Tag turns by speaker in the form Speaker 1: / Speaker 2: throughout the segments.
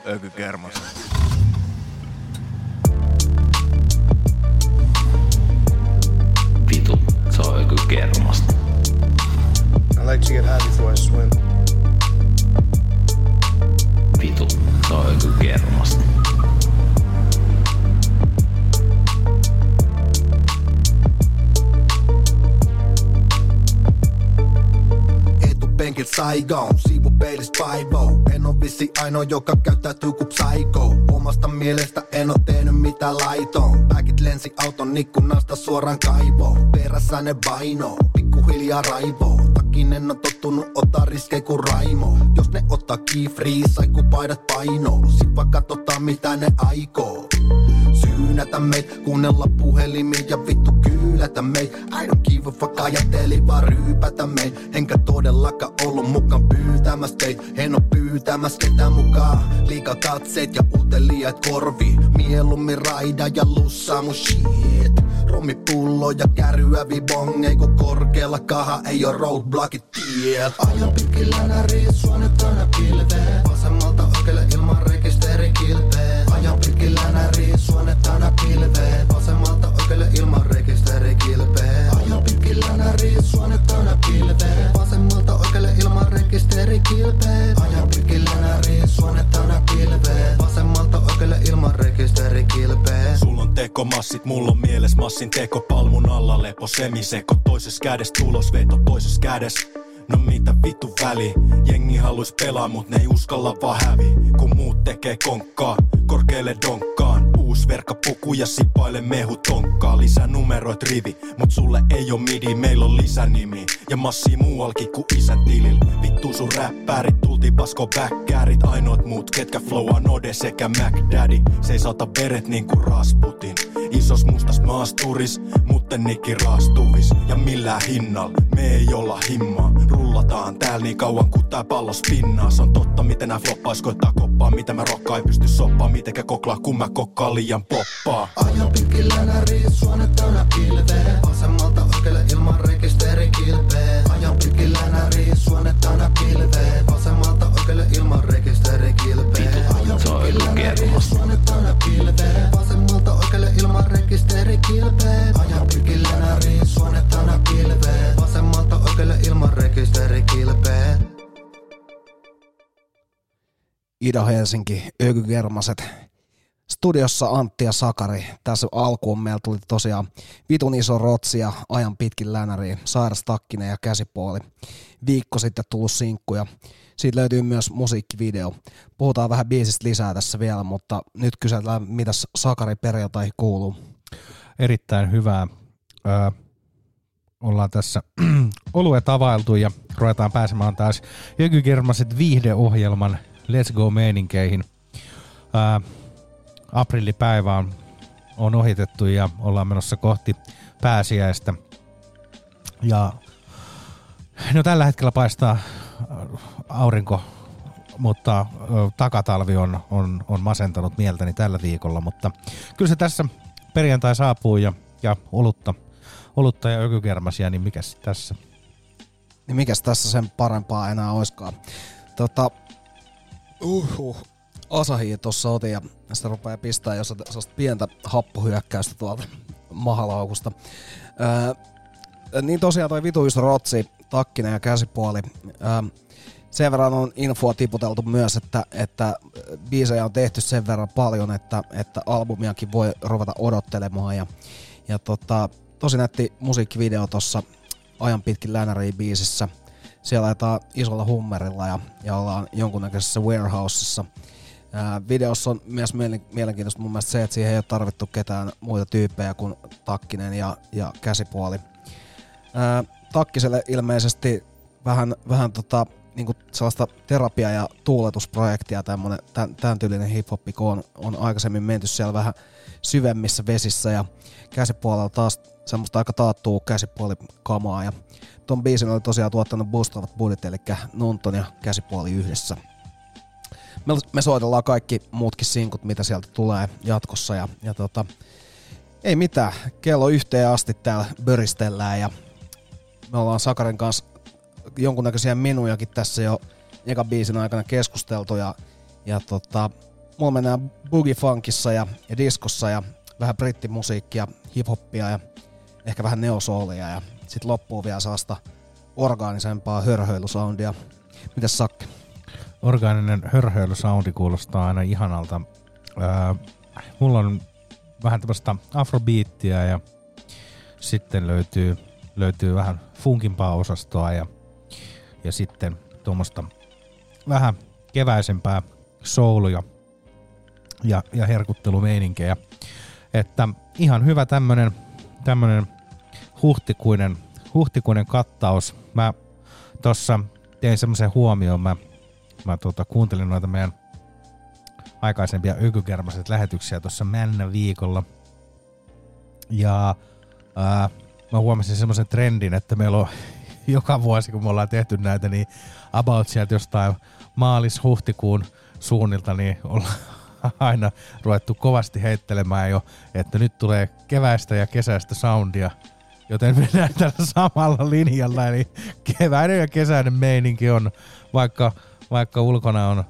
Speaker 1: Ökykermas.
Speaker 2: Vitu, se on Ökykermasta.
Speaker 3: I like to get high before I swim.
Speaker 2: Vitu, se on Ökykermasta.
Speaker 4: Penkit Saigon, siivupeilis paivoo. En oo vissi ainoa, joka käyttäytyy ku psycho. Omasta mielestä en oo tehnyt mitään laitoon. Päkit lensi auton ikkunasta suoraan kaivoon. Perässä ne vainoo, pikkuhiljaa raivoo. Takinen on tottunut ottaa riskejä ku Raimo. Jos ne ottaa key-free, sai ku paidat painoo. Sit vaan katsotaan mitä ne aikoo. Syynätä meit, kuunnella puhelimia ja vittu kyylätä meit. I don't give a fuck, ajattelin vaan ryypätä meit. Enkä todellakaan ollut mukaan pyytämäs teit. En oo pyytämäs ketään mukaan. Liika katseet ja uteliaat korvi. Mieluummin raida ja lussaa mun shit. Rommipullo ja käryävi bongei, kun korkealla kaha ei oo roadblockit tiel. Ajan pitkillä näriin suonnettuna pilveen. Vasemmalta oikealle ilman rekisterikilpeen. Ajan pitkillä näriin suonnettuna pilveen. Vasemmalta oikealle ilman rekisterikilpeen. Ajan pitkillä näriin suonnettuna pilveen. Vasemmalta oikealle ilman rekisterikilpeen. Ajan pitkillä näriin suonnettuna pilveen. Vasemmalta oikealle ilman rekisterikilpeen.
Speaker 5: Sulla on tekomassit, mulla on mieles massin teko. Palmun alla lepo, semiseko. Toisessa kädessä tulosveto, toisessa kädessä. No mitä vittu väli? Jengi haluis pelaa, mut ne ei uskalla vaan hävi. Kun muut tekee konkkaa, korkealle donkkaan. Uus verkkapuku ja sipaile mehu tonkkaa. Lisää numeroit rivi, mut sulle ei oo midi. Meillä on lisänimi ja massii muualki ku isän tilil. Vittu sun räppärit, tultiin pasko backkäärit. Ainoat muut, ketkä flowaa Node sekä Mac Daddy. Seisauta veret niinku Rasputin. Isos mustas maasturis, mutten nikki raastuvis. Ja millään hinnalla, me ei olla himmaa. Rullataan täällä niin kauan kun tää pallo spinnaa. Se on totta miten nää floppais koittaa koppaa. Miten mä rokkaa ei pysty soppaa. Mitenkä koklaa kun mä kokkaan liian poppaa.
Speaker 4: Ajan pitkillä näriin suonnettuna pilveen. Vasemmalta oikealle ilman rekisterikilpeen. Ajan pitkillä näriin suonnettuna pilveen. Vasemmalta oikealle ilman rekisterikilpeen. Ajan pitkillä näriin suonnettuna pilveen. Vasemmalta oikealle ilman rekisterikilpeen. Ajan pitkillä näriin suonnettuna pilveen. Vasemmalta oikealle ilman rekisterikilpeen.
Speaker 6: Ida-Helsinki, Ökykermaset. Studiossa Antti ja Sakari. Tässä alkuun meillä tuli tosiaan vitun iso rotsi ja ajan pitkin länäriin, Sairas Takkinen ja Käsipuoli. Viikko sitten tullut sinkku ja siitä löytyy myös musiikkivideo. Puhutaan vähän biisistä lisää tässä vielä, mutta nyt kysytään, mitäs Sakari perjantai kuuluu.
Speaker 7: Erittäin hyvää. Ollaan tässä oluet availtu ja ruvetaan pääsemään taas Ökykermaset viihdeohjelman Let's Go-meininkeihin. Aprillipäivä on ohitettu ja ollaan menossa kohti pääsiäistä. Ja no tällä hetkellä paistaa aurinko, mutta takatalvi on masentanut mieltäni tällä viikolla, mutta kyllä se tässä perjantai saapuu ja olutta ja ökykermasia, niin mikäs tässä?
Speaker 6: Niin mikäs tässä sen parempaa enää oiskaan? Asahia tuossa otin ja sitä rupeaa pistää jos sellaista pientä happohyökkäystä tuolta mahalaukusta. Niin tosiaan toi vitu iso rotsi, Takkinen ja Käsipuoli. Sen verran on infoa tiputeltu myös, että biisejä on tehty sen verran paljon, että albumiakin voi ruveta odottelemaan. Ja tosi nätti musiikkivideo tuossa Ajan pitkin länäriin biisissä. Siellä ajetaan isolla hummerilla ja ollaan jonkunnäköisessä warehousessa. Videossa on myös mielenkiintoista mun mielestä se, että siihen ei ole tarvittu ketään muita tyyppejä kuin Takkinen ja Käsipuoli. Takkiselle ilmeisesti vähän niinku sellaista terapia- ja tuuletusprojektia, tämän tyylinen hip-hoppi, kun on aikaisemmin menty siellä vähän syvemmissä vesissä ja Käsipuolella taas semmoista aika taattua käsipuolikamaa ja ton biisin oli tosiaan tuottanut Boostavat Budit, eli Nunton ja Käsipuoli yhdessä. Me soitellaan kaikki muutkin sinkut, mitä sieltä tulee jatkossa ja ei mitään, kello yhteen asti täällä böristellään ja me ollaan Sakarin kanssa jonkunnäköisiä minujakin tässä jo ekan biisin aikana keskusteltu ja mulla mennään boogie-funkissa ja diskossa ja vähän brittimusiikkia, hip-hoppia ja ehkä vähän neosoulia ja sit loppuu vielä sellaista orgaanisempaa hörhöilysoundia. Mitäs Sakke?
Speaker 7: Orgaaninen hörhöilysoundi kuulostaa aina ihanalta. Mulla on vähän tämmöistä afrobeattia ja sitten löytyy vähän funkimpaa osastoa ja sitten tuommoista vähän keväisempää soulia ja herkuttelumeininkiä. Että ihan hyvä tämmönen huhtikuinen kattaus. Mä tossa tein semmoisen huomioon, mä kuuntelin noita meidän aikaisempia Ökykermaset lähetyksiä tuossa Männä viikolla. Ja mä huomasin semmoisen trendin, että meillä on joka vuosi, kun me ollaan tehty näitä, niin about sieltä jostain maalis-huhtikuun suunnilta, niin ollaan aina ruvettu kovasti heittelemään jo, että nyt tulee keväistä ja kesäistä soundia, joten mennään tällä samalla linjalla, eli keväinen ja kesäinen meininki on, vaikka ulkona on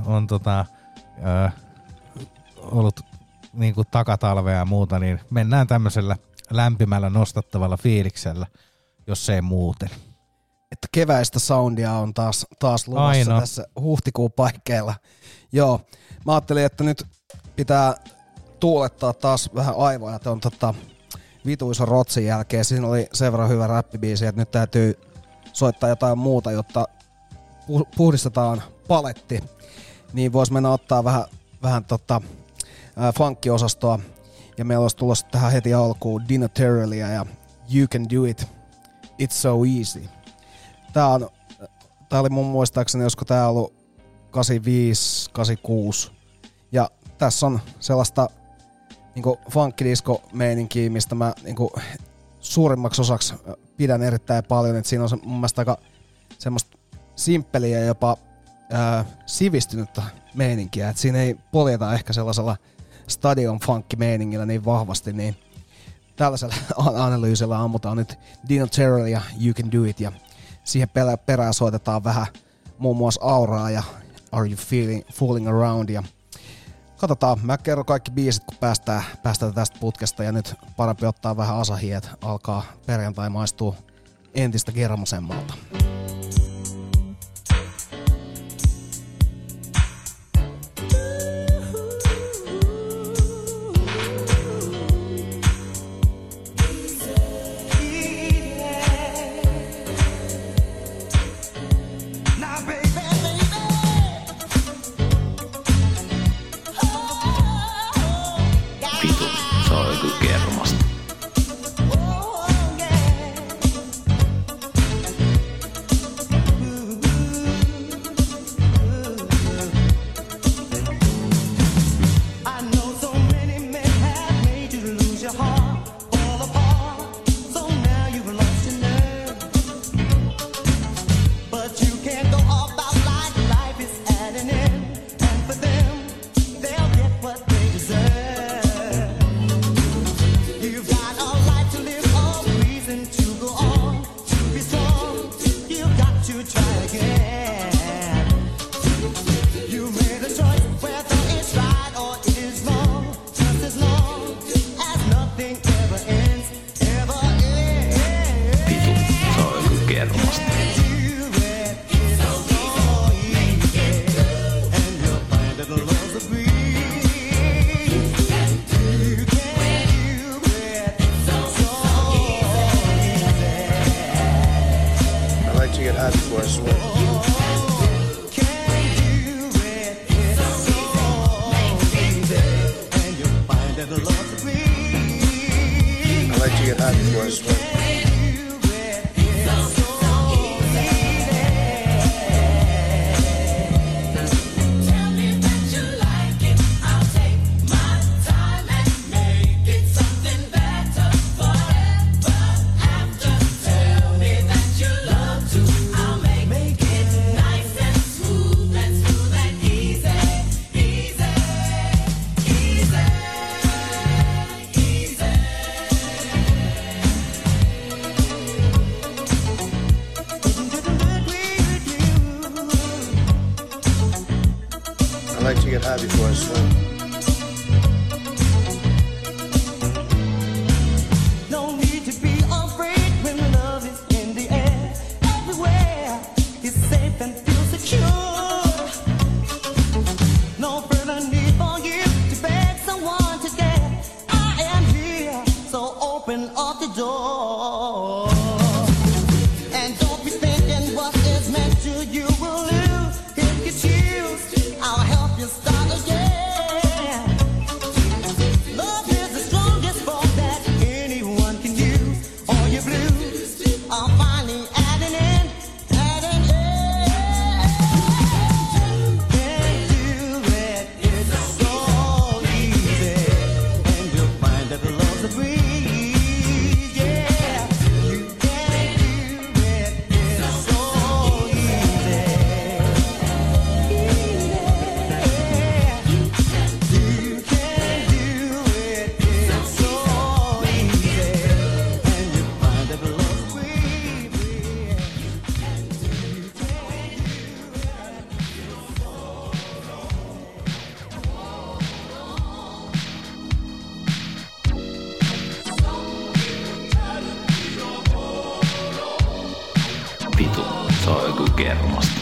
Speaker 7: ollut niin kuin takatalvea ja muuta, niin mennään tämmöisellä lämpimällä nostattavalla fiiliksellä, jos ei muuten.
Speaker 6: Että keväistä soundia on taas luvassa
Speaker 7: Aina.
Speaker 6: Tässä huhtikuun paikkeilla. Joo, mä ajattelin, että nyt pitää tuulettaa taas vähän aivoja tuon vituison Rotsin jälkeen. Siinä oli sen verran hyvä räppibiisi, että nyt täytyy soittaa jotain muuta, jotta puhdistetaan paletti. Niin vois mennä ottaa vähän funkkiosastoa. Ja meillä olisi tulossa tähän heti alkuun Dino Terrelia ja You Can Do It, It's So Easy. Tää oli mun muistaakseni, josko tää ollut 85, 86. Ja tässä on sellaista niinku funkkidisko-meininkiä, mistä mä niinku suurimmaksi osaksi pidän erittäin paljon. Et siinä on mun mielestä aika semmoista simppeliä ja jopa sivistynyttä meininkiä. Et siinä ei poljeta ehkä sellaisella stadion funkki-meiningillä niin vahvasti, niin tällaisella analyysillä ammutaan nyt Dino Terrell ja You Can Do It, ja siihen perään soitetaan vähän muun muassa Auraa ja Are You Fooling Around, ja katsotaan, mä kerron kaikki biisit, kun päästään tästä putkesta, ja nyt parempi ottaa vähän Asahia, että alkaa perjantai maistuu entistä kermasemmalta.
Speaker 3: like to get high before I swim.
Speaker 1: No need to be afraid when love is in the air. Everywhere is safe and feel secure. No further need for you to beg someone to get. I am here, so open up the door. And don't be thinking what is meant to you will lose. If you choose, I'll help you start again. Love is the strongest form that anyone can use. All your blues are finally at an end. At an end. Can't do it, it's so easy. And you'll find that the love's a breeze. Yeah, you can do it, it's so easy. You can do it, it's so easy. And you'll find that the love's a breeze.
Speaker 2: Vitu, se on joku kermasta.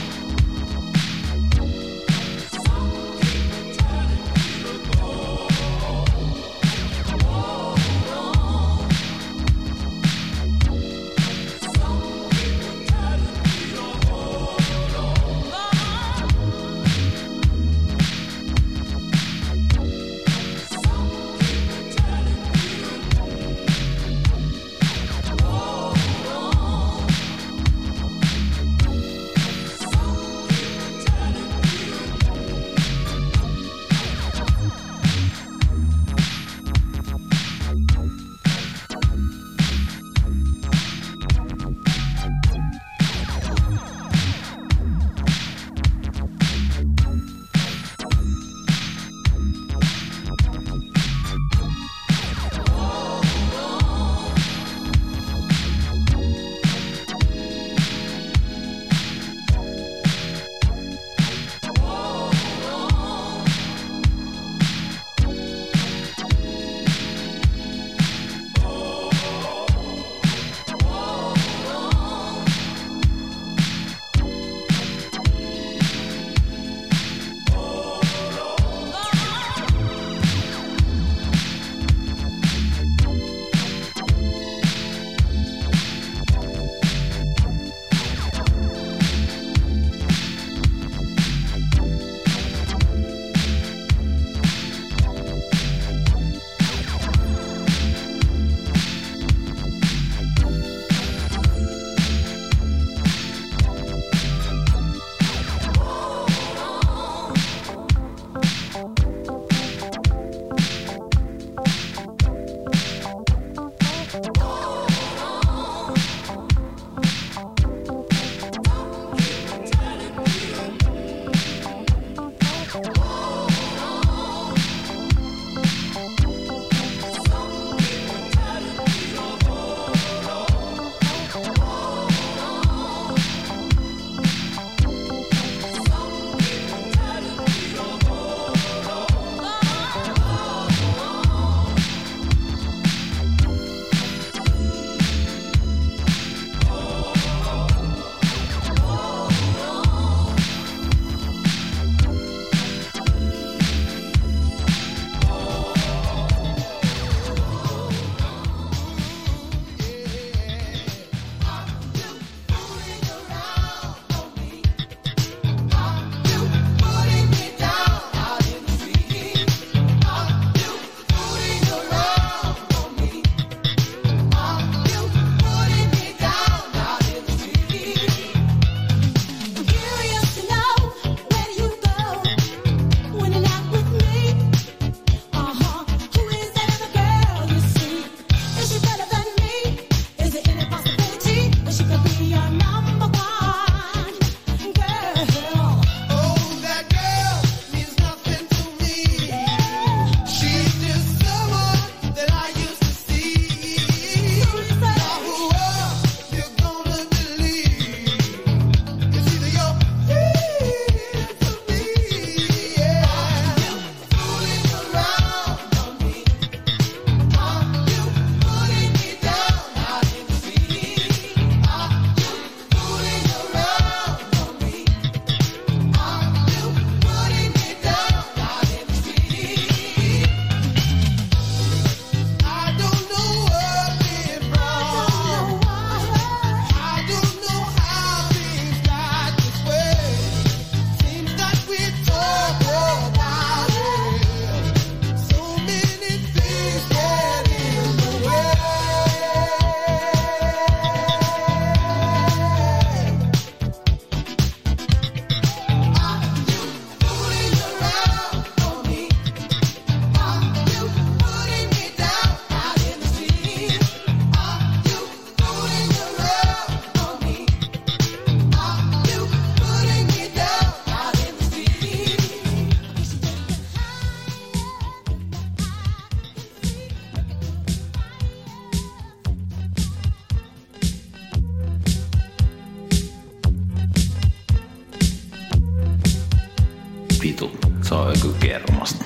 Speaker 2: Vitu, se on joku kermasta.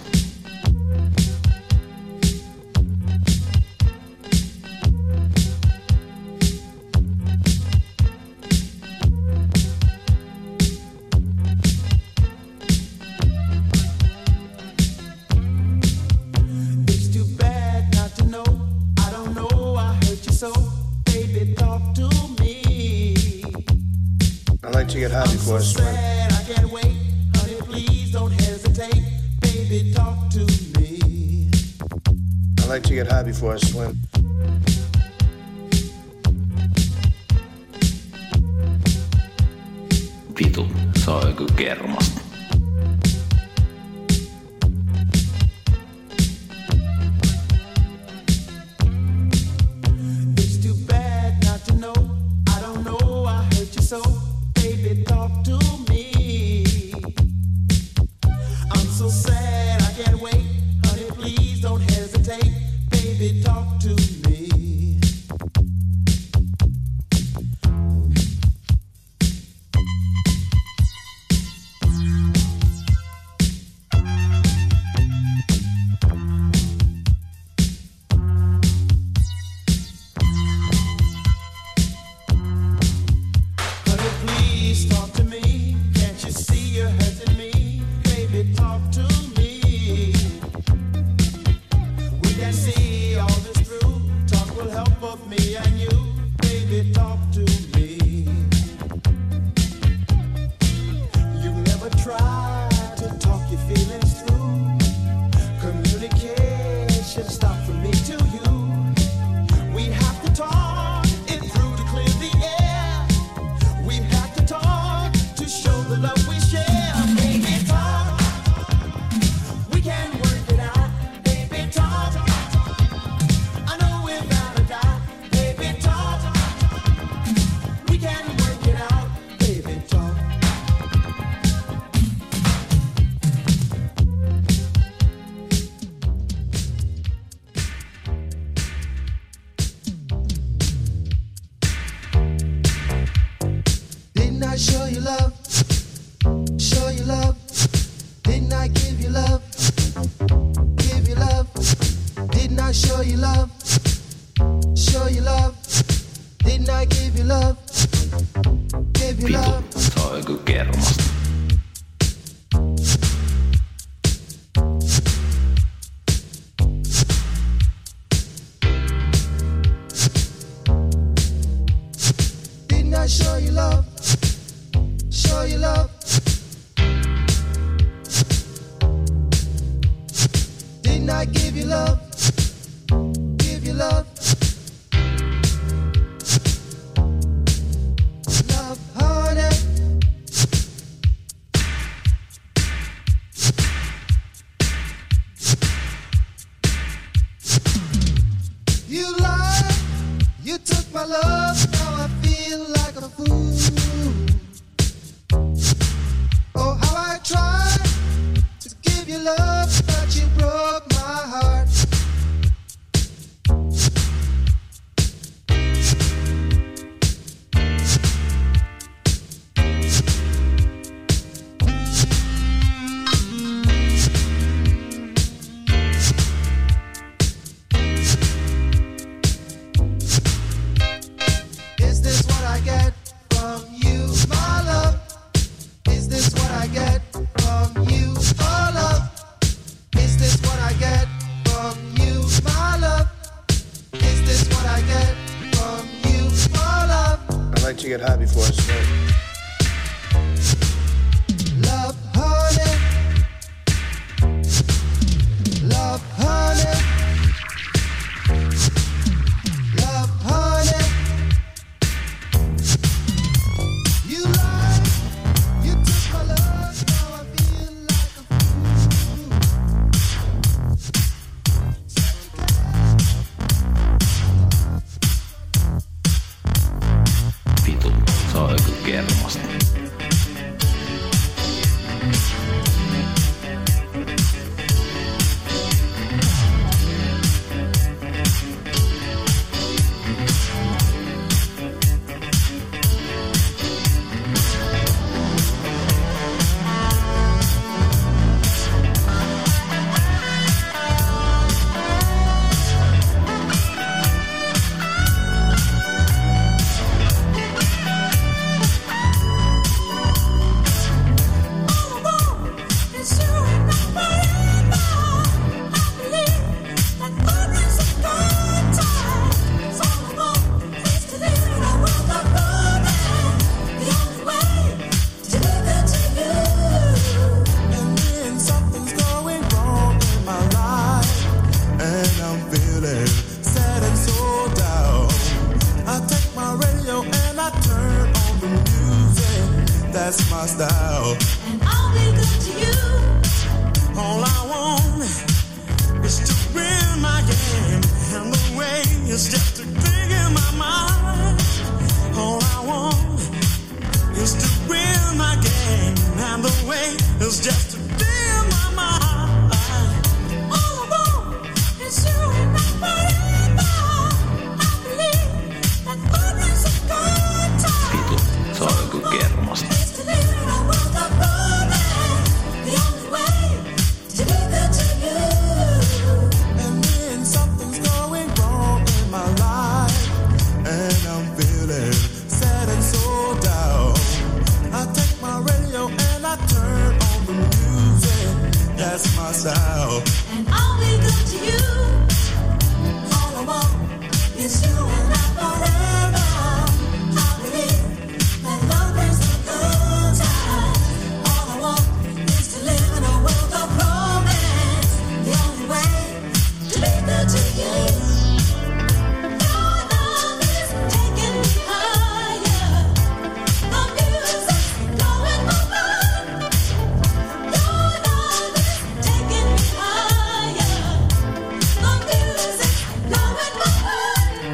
Speaker 3: I like to get high before I swim.
Speaker 1: I can't wait, honey, please don't hesitate. Baby, talk to me.
Speaker 3: I like to get high before I swim.
Speaker 2: Vitu, se on joku kermasta.
Speaker 1: It's too bad not to know. I don't know I hurt you so. Baby, talk to me. I'm so sad, I can't wait. Honey, please don't hesitate. Baby, talk to me. Honey, please talk to me. Can't you see you're hurting me? Baby, talk to me. We can see all this through. Talk will help both me and you. Baby, talk to me. You never try to talk your feelings through. Communication stop from me to you. We have to talk it through to clear the air. We have to talk to show the love we share. Baby, talk. We can work it out. Baby, talk. I know without a doubt. Baby, talk. We can work it out. Baby, talk. Didn't I show you love? Show you love. Didn't I give you love? Give you love. Didn't I show you love? Show you love. Didn't I give you love? Give you
Speaker 2: Vitu,
Speaker 1: love.
Speaker 2: se on joku kermasta.
Speaker 1: Didn't I show you love? Show you love. Didn't I give you love? Give you love. Love, honey. You lied. You took my love. Now I feel like a fool. Oh, how I tried to give you love, but you broke my heart. Is this what I get from you, my love? Is this what I get from you, oh love? Is this what I get from you, my love? Is this what I get from you, oh love?
Speaker 3: I like to get high before I swim.
Speaker 1: Love, honey. Love, honey. Love, honey. You lied. You took my love. Now I feel like a fool.
Speaker 2: Vitu, se on joku
Speaker 1: is just to be in my mind. All I want is you and me forever. I believe that love is a good time.
Speaker 2: Vitu, se on joku kermasta.
Speaker 1: Is to live in a world of romance. The only way to be good to you. And then something's going wrong in my life, and I'm feeling sad and so down. I take my radio and I turn on the music. That's my style. And I'll be good to you. All I want is you and I forever. I believe that love is a good time. All I want is to live in a world of romance. The only way to be good to you. Your love is taking me higher. The music's blowing my mind. Your love is taking me higher. The music's blowing my mind.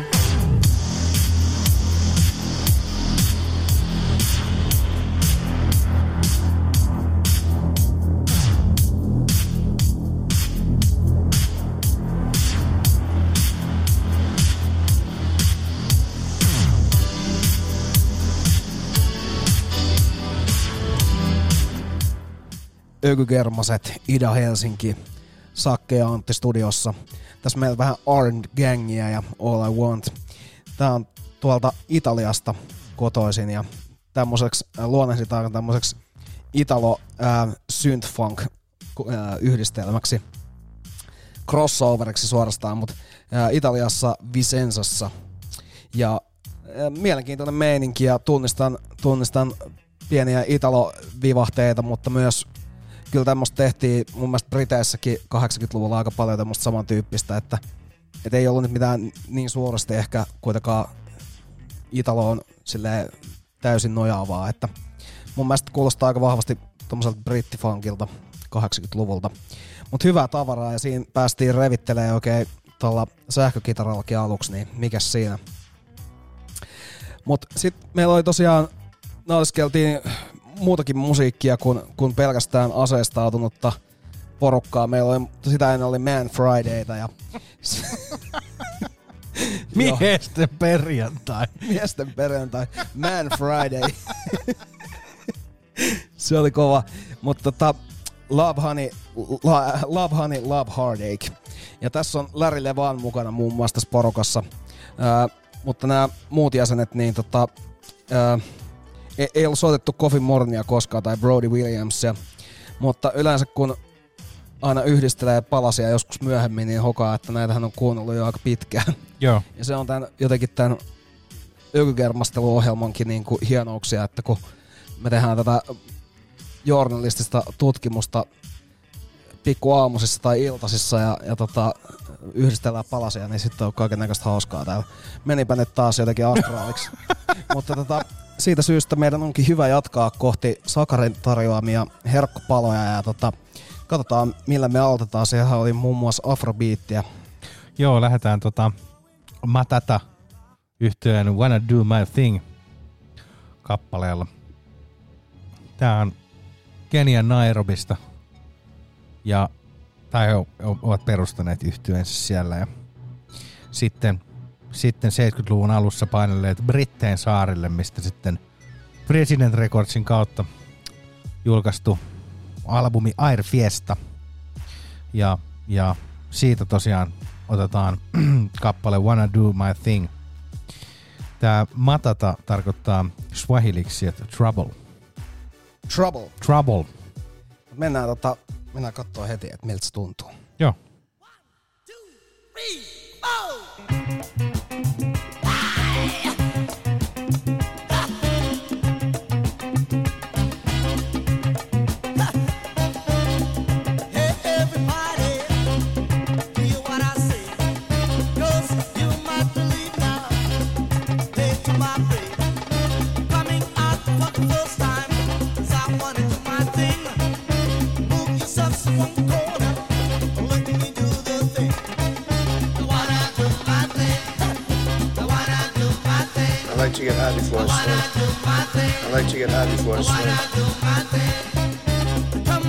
Speaker 6: Ökygermaset, Ida Helsinki, Sakke ja Antti studiossa. Tässä meillä vähän Armed Gangia ja All I Want. Tää on tuolta Italiasta kotoisin ja tämmöiseksi luonnehditaan tämmöiseksi Italo synth-funk yhdistelmäksi. Crossoveriksi suorastaan, mutta Italiassa Vicenzassa. Ja mielenkiintoinen meininki ja tunnistan pieniä Italo-vivahteita, mutta myös kyllä tämmöistä tehtiin mun mielestä Briteissäkin 80-luvulla aika paljon tämmöistä samantyyppistä, että ei ollut nyt mitään niin suorasti ehkä kuitenkaan Italoon silleen täysin nojaavaa, että mun mielestä kuulostaa aika vahvasti tommoselta brittifunkilta 80-luvulta. Mut hyvää tavaraa ja siinä päästiin revittelemään oikein tuolla sähkökitarallakin aluksi, niin mikäs siinä. Mut sit meillä oli tosiaan, nautiskeltiin muutakin musiikkia kuin pelkästään aseistautunutta porukkaa. Meillä oli, sitä ennen oli Man Fridayta ja
Speaker 7: Miesten perjantai.
Speaker 6: Miesten perjantai. Man Friday. Se oli kova. Mutta Love Honey, Love Heartache. Ja tässä on Larry Levan mukana muun muassa tässä porukassa. Mutta nämä muut jäsenet, niin ei ollut soitettu Coffin Mornia koskaan tai Brody Williamsia. Mutta yleensä kun aina yhdistelee palasia joskus myöhemmin, niin hokaa, että näitähän on kuunnellut jo aika pitkään.
Speaker 7: Joo.
Speaker 6: Ja se on jotenkin tämän ökykermasteluohjelmankin niin kuin hienouksia, että kun me tehdään tätä journalistista tutkimusta pikku aamusissa tai iltasissa ja yhdistellään palasia, niin sitten on kaikennäköistä hauskaa täällä. Menipä nyt taas jotenkin astraaliksi. Mutta siitä syystä meidän onkin hyvä jatkaa kohti Sakarin tarjoamia herkkupaloja ja katsotaan millä me aloitetaan. Sehän oli muun muassa afrobeattiä.
Speaker 7: Joo, lähdetään Matata yhtyeen Wanna Do My Thing kappaleella. Tää on Kenian Nairobista tai ovat perustaneet yhtyeensä siellä ja sitten 70-luvun alussa painelleet Britteen saarille, mistä sitten President Recordsin kautta julkaistu albumi Air Fiesta ja siitä tosiaan otetaan kappale Wanna Do My Thing. Tää Matata tarkoittaa swahiliksi, että trouble.
Speaker 6: Mennään katsoa heti, että miltä se tuntuu.
Speaker 7: Joo.
Speaker 1: 1, 2, 3, 4.
Speaker 3: I like to get high before I swim. I like to get high before I swim.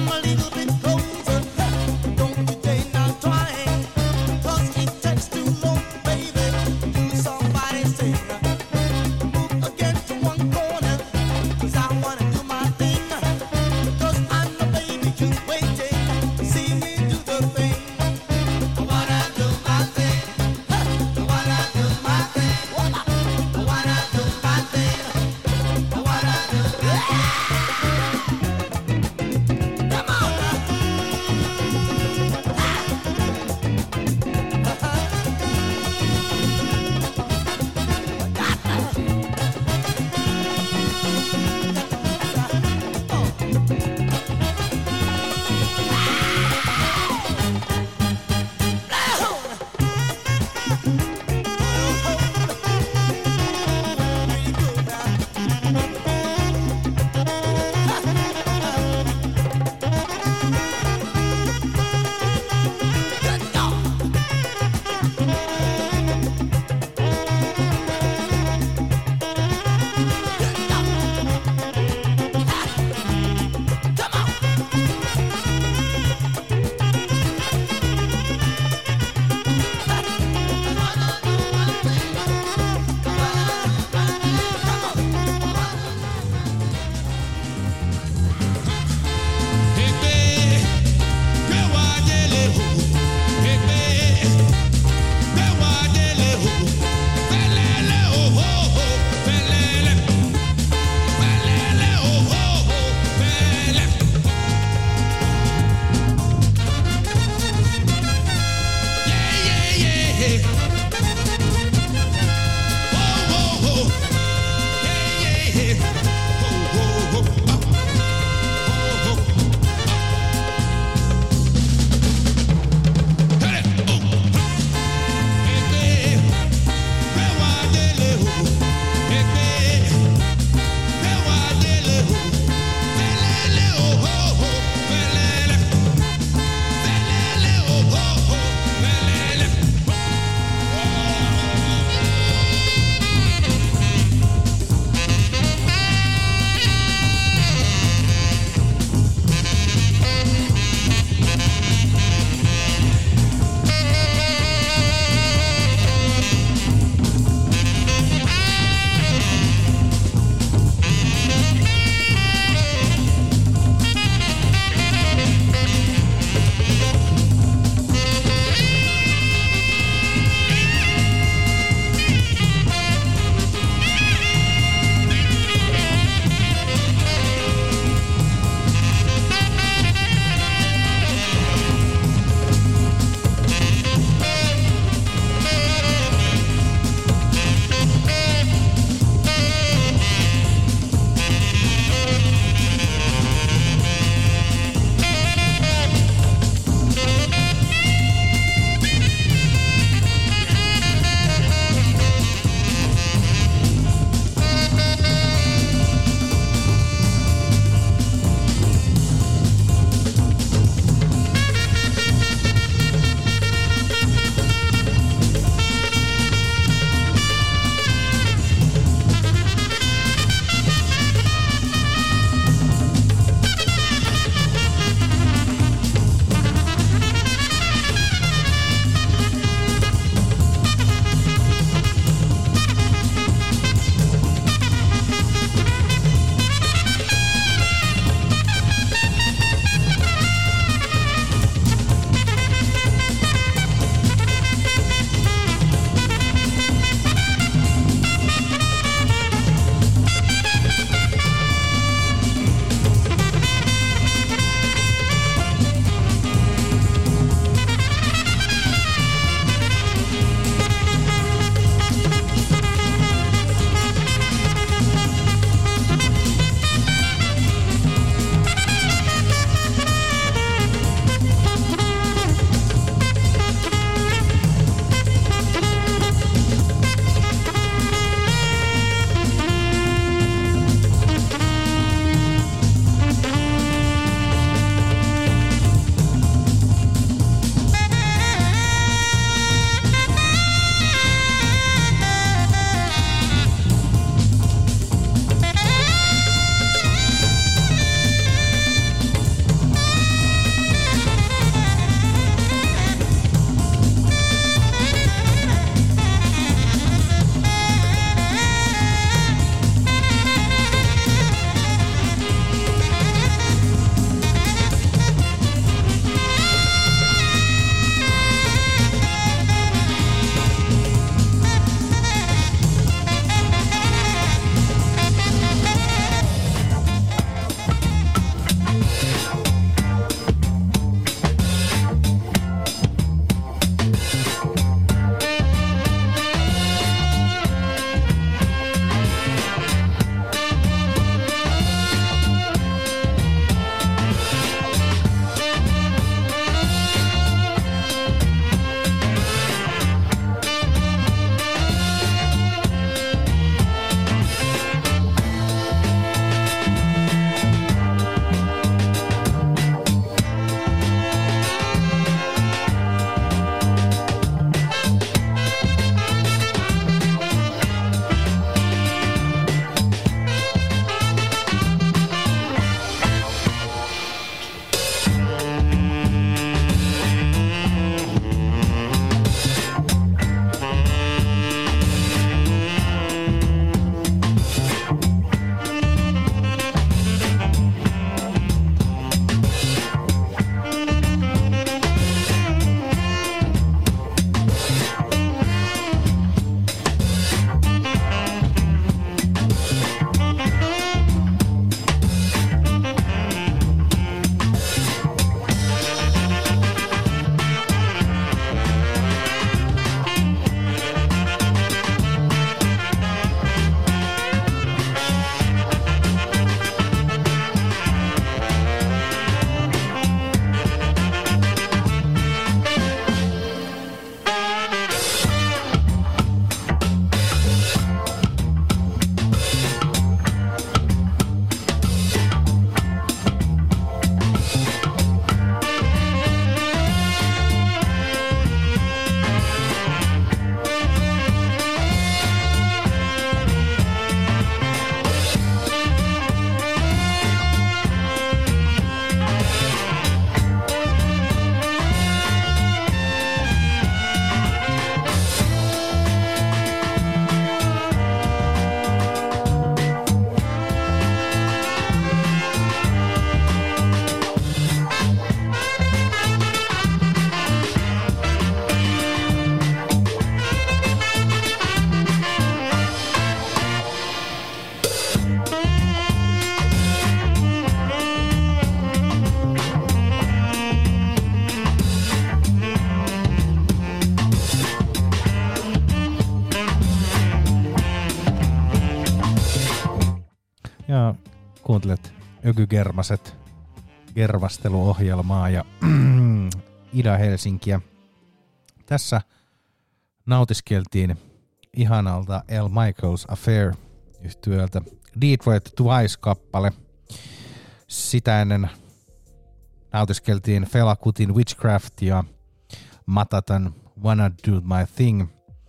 Speaker 7: kuuntelet Ökygermaset gervasteluohjelmaa ja Ida-Helsinkiä. Tässä nautiskeltiin ihanalta L. Michaels Affair -yhtyöltä Detroit Twice-kappale. Sitä ennen nautiskeltiin Fela Kutin Witchcraft ja Matatan Wanna Do My Thing.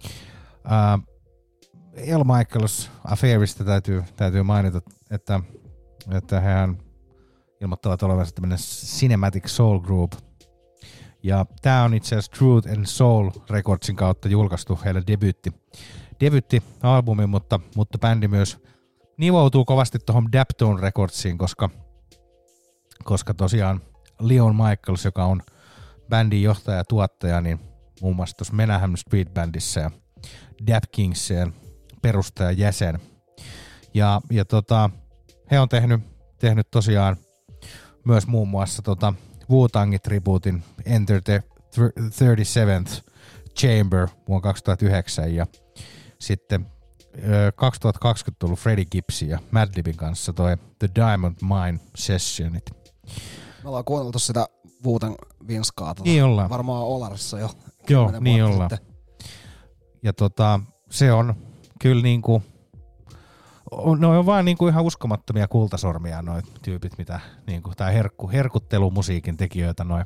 Speaker 7: L. Michaels Affairista täytyy mainita, että hehän ilmoittavat olevansa tämmöinen Cinematic Soul Group. Ja tää on itse asiassa Truth and Soul Recordsin kautta julkaistu heidän debyytti-albumi, mutta bändi myös nivoutuu kovasti tuohon Daptone Recordsiin, koska tosiaan Leon Michaels, joka on bändin johtaja ja tuottaja, niin muun muassa tuossa Menahem Street Bandissä ja Dap Kingsien perustajajäsen. Ja he on tehnyt tosiaan myös muun muassa Wu-Tangin-tribuutin Enter the 37th Chamber vuonna 2009 ja sitten 2020 tullut Freddie Gibbsin ja Madlibin kanssa toi The Diamond Mine Sessionit.
Speaker 6: Me ollaan kuunneltu sitä Wu-Tang Vinskaa
Speaker 7: niin ollaan.
Speaker 6: Varmaan Olarissa jo.
Speaker 7: Joo, niin ollaan. Sitten. Ja se on kyllä niinku, no on vaan niinku ihan uskomattomia kultasormia noi tyypit, mitä niinku, tää herkuttelumusiikin tekijöitä noi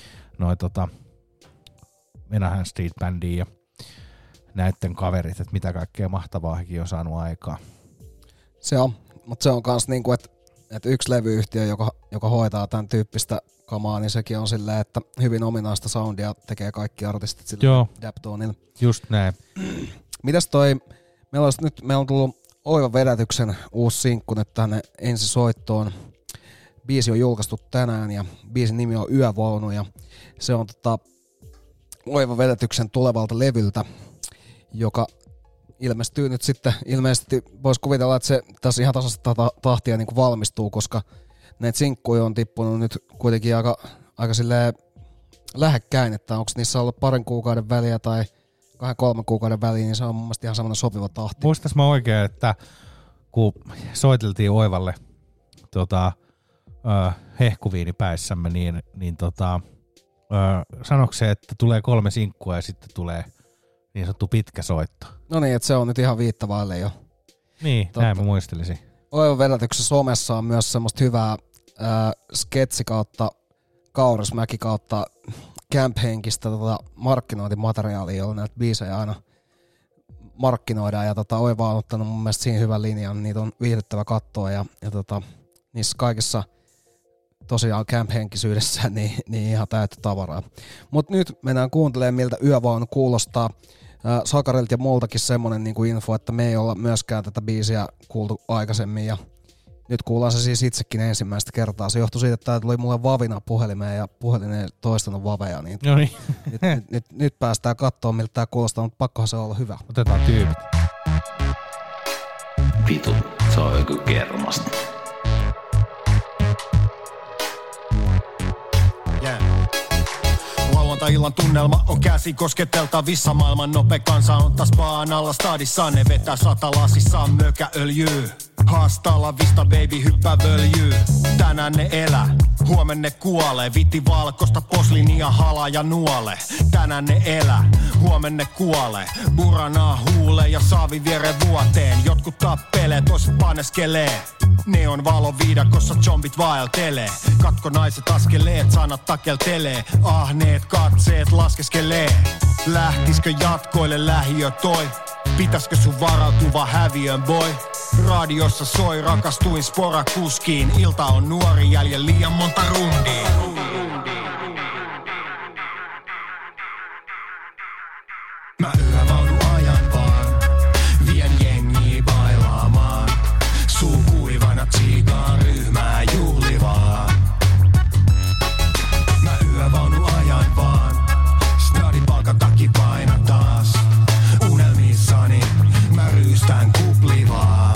Speaker 7: Menahem Street Bandia ja näitten kaverit, että mitä kaikkea mahtavaa hekin on saanut aikaa.
Speaker 6: Se on, mutta se on kans niinku, että yksi levyyhtiö, joka hoitaa tämän tyyppistä kamaa, niin sekin on silleen, että hyvin ominaista soundia tekee kaikki artistit sillä Daptonilla.
Speaker 7: Just näin.
Speaker 6: Mitäs meillä on tullut Oiva Vedätyksen uusi sinkku nyt tänne ensisoittoon. Biisi on julkaistu tänään ja biisin nimi on Yövaunu ja se on Oiva Vedätyksen tulevalta levyltä, joka ilmestyy nyt sitten, ilmeisesti voisi kuvitella, että se tässä ihan tasaista tahtia niin kuin valmistuu, koska näitä sinkkuja on tippunut nyt kuitenkin aika silleen lähekkäin, että onko niissä ollut parin kuukauden väliä tai 2-3 kuukauden väliin, niin se on mun mielestä ihan semmoinen sopiva tahti.
Speaker 7: Muistais mä oikein, että kun soiteltiin Oivalle hehkuviinipäissämme, niin sanoiko se, että tulee 3 sinkkua ja sitten tulee niin sanottu pitkä soitto? No
Speaker 6: niin, että se on nyt ihan viittavaille jo.
Speaker 7: Niin, näin mä muistelisin.
Speaker 6: Oivan Vedätyksessä somessa on myös semmoista hyvää sketsi kautta kaurismäki kautta camp-henkistä markkinointimateriaalia, jolla näitä biisejä aina markkinoidaan ja Oiva on ottanut mun mielestä siinä hyvän linjan, niitä on viihdyttävä katsoa ja niissä kaikissa tosiaan camp-henkisyydessä niin ihan täyttä tavaraa. Mutta nyt mennään kuuntelemaan, miltä Yövaunu kuulostaa. Sakarilta ja multakin semmonen niinku info, että me ei olla myöskään tätä biisiä kuultu aikaisemmin ja nyt kuullaan se siis itsekin ensimmäistä kertaa. Se johtui siitä, että tää tuli mulle vavina puhelimeen ja puhelin ei toistanut vaveja. Niin nyt päästään katsomaan, miltä tää kuulostaa, mutta pakkohan se olla hyvä.
Speaker 7: Otetaan tyypit.
Speaker 2: Vitu, se on joku kermasta.
Speaker 8: Illan tunnelma on käsi kosketeltavissa. Maailman nope kansa on taas paan alla stadissa. Ne vetää satalasissaan mökäöljyy. Haastalla vista baby hyppää völjyy. Tänään ne elää, huomen ne kuolee. Viti valkosta poslinia halaa ja nuole. Tänään ne elää, huomen ne kuolee. Buranaa huulee ja saavi viere vuoteen. Jotkut tappelee, toiset paneskelee. Neon valo viidakossa zombit vaeltelee. Katkonaiset askeleet, sanat takeltelee. Ahneet katseet laskeskelee. Lähtiskö jatkoille lähiö toi? Pitäskö sun varautuva häviön boy? Radiossa soi, rakastuin sporakuskiin. Ilta on nuori, jäljellä liian monta rundia. Mä yövaunu ajan vaan, vien jengiä bailaamaan. Suu kuivana tsiikaan ryhmää juhlivaa. Mä yövaunu ajan vaan, stadin palkataki paina taas. Unelmissani mä ryystän kuplivaa.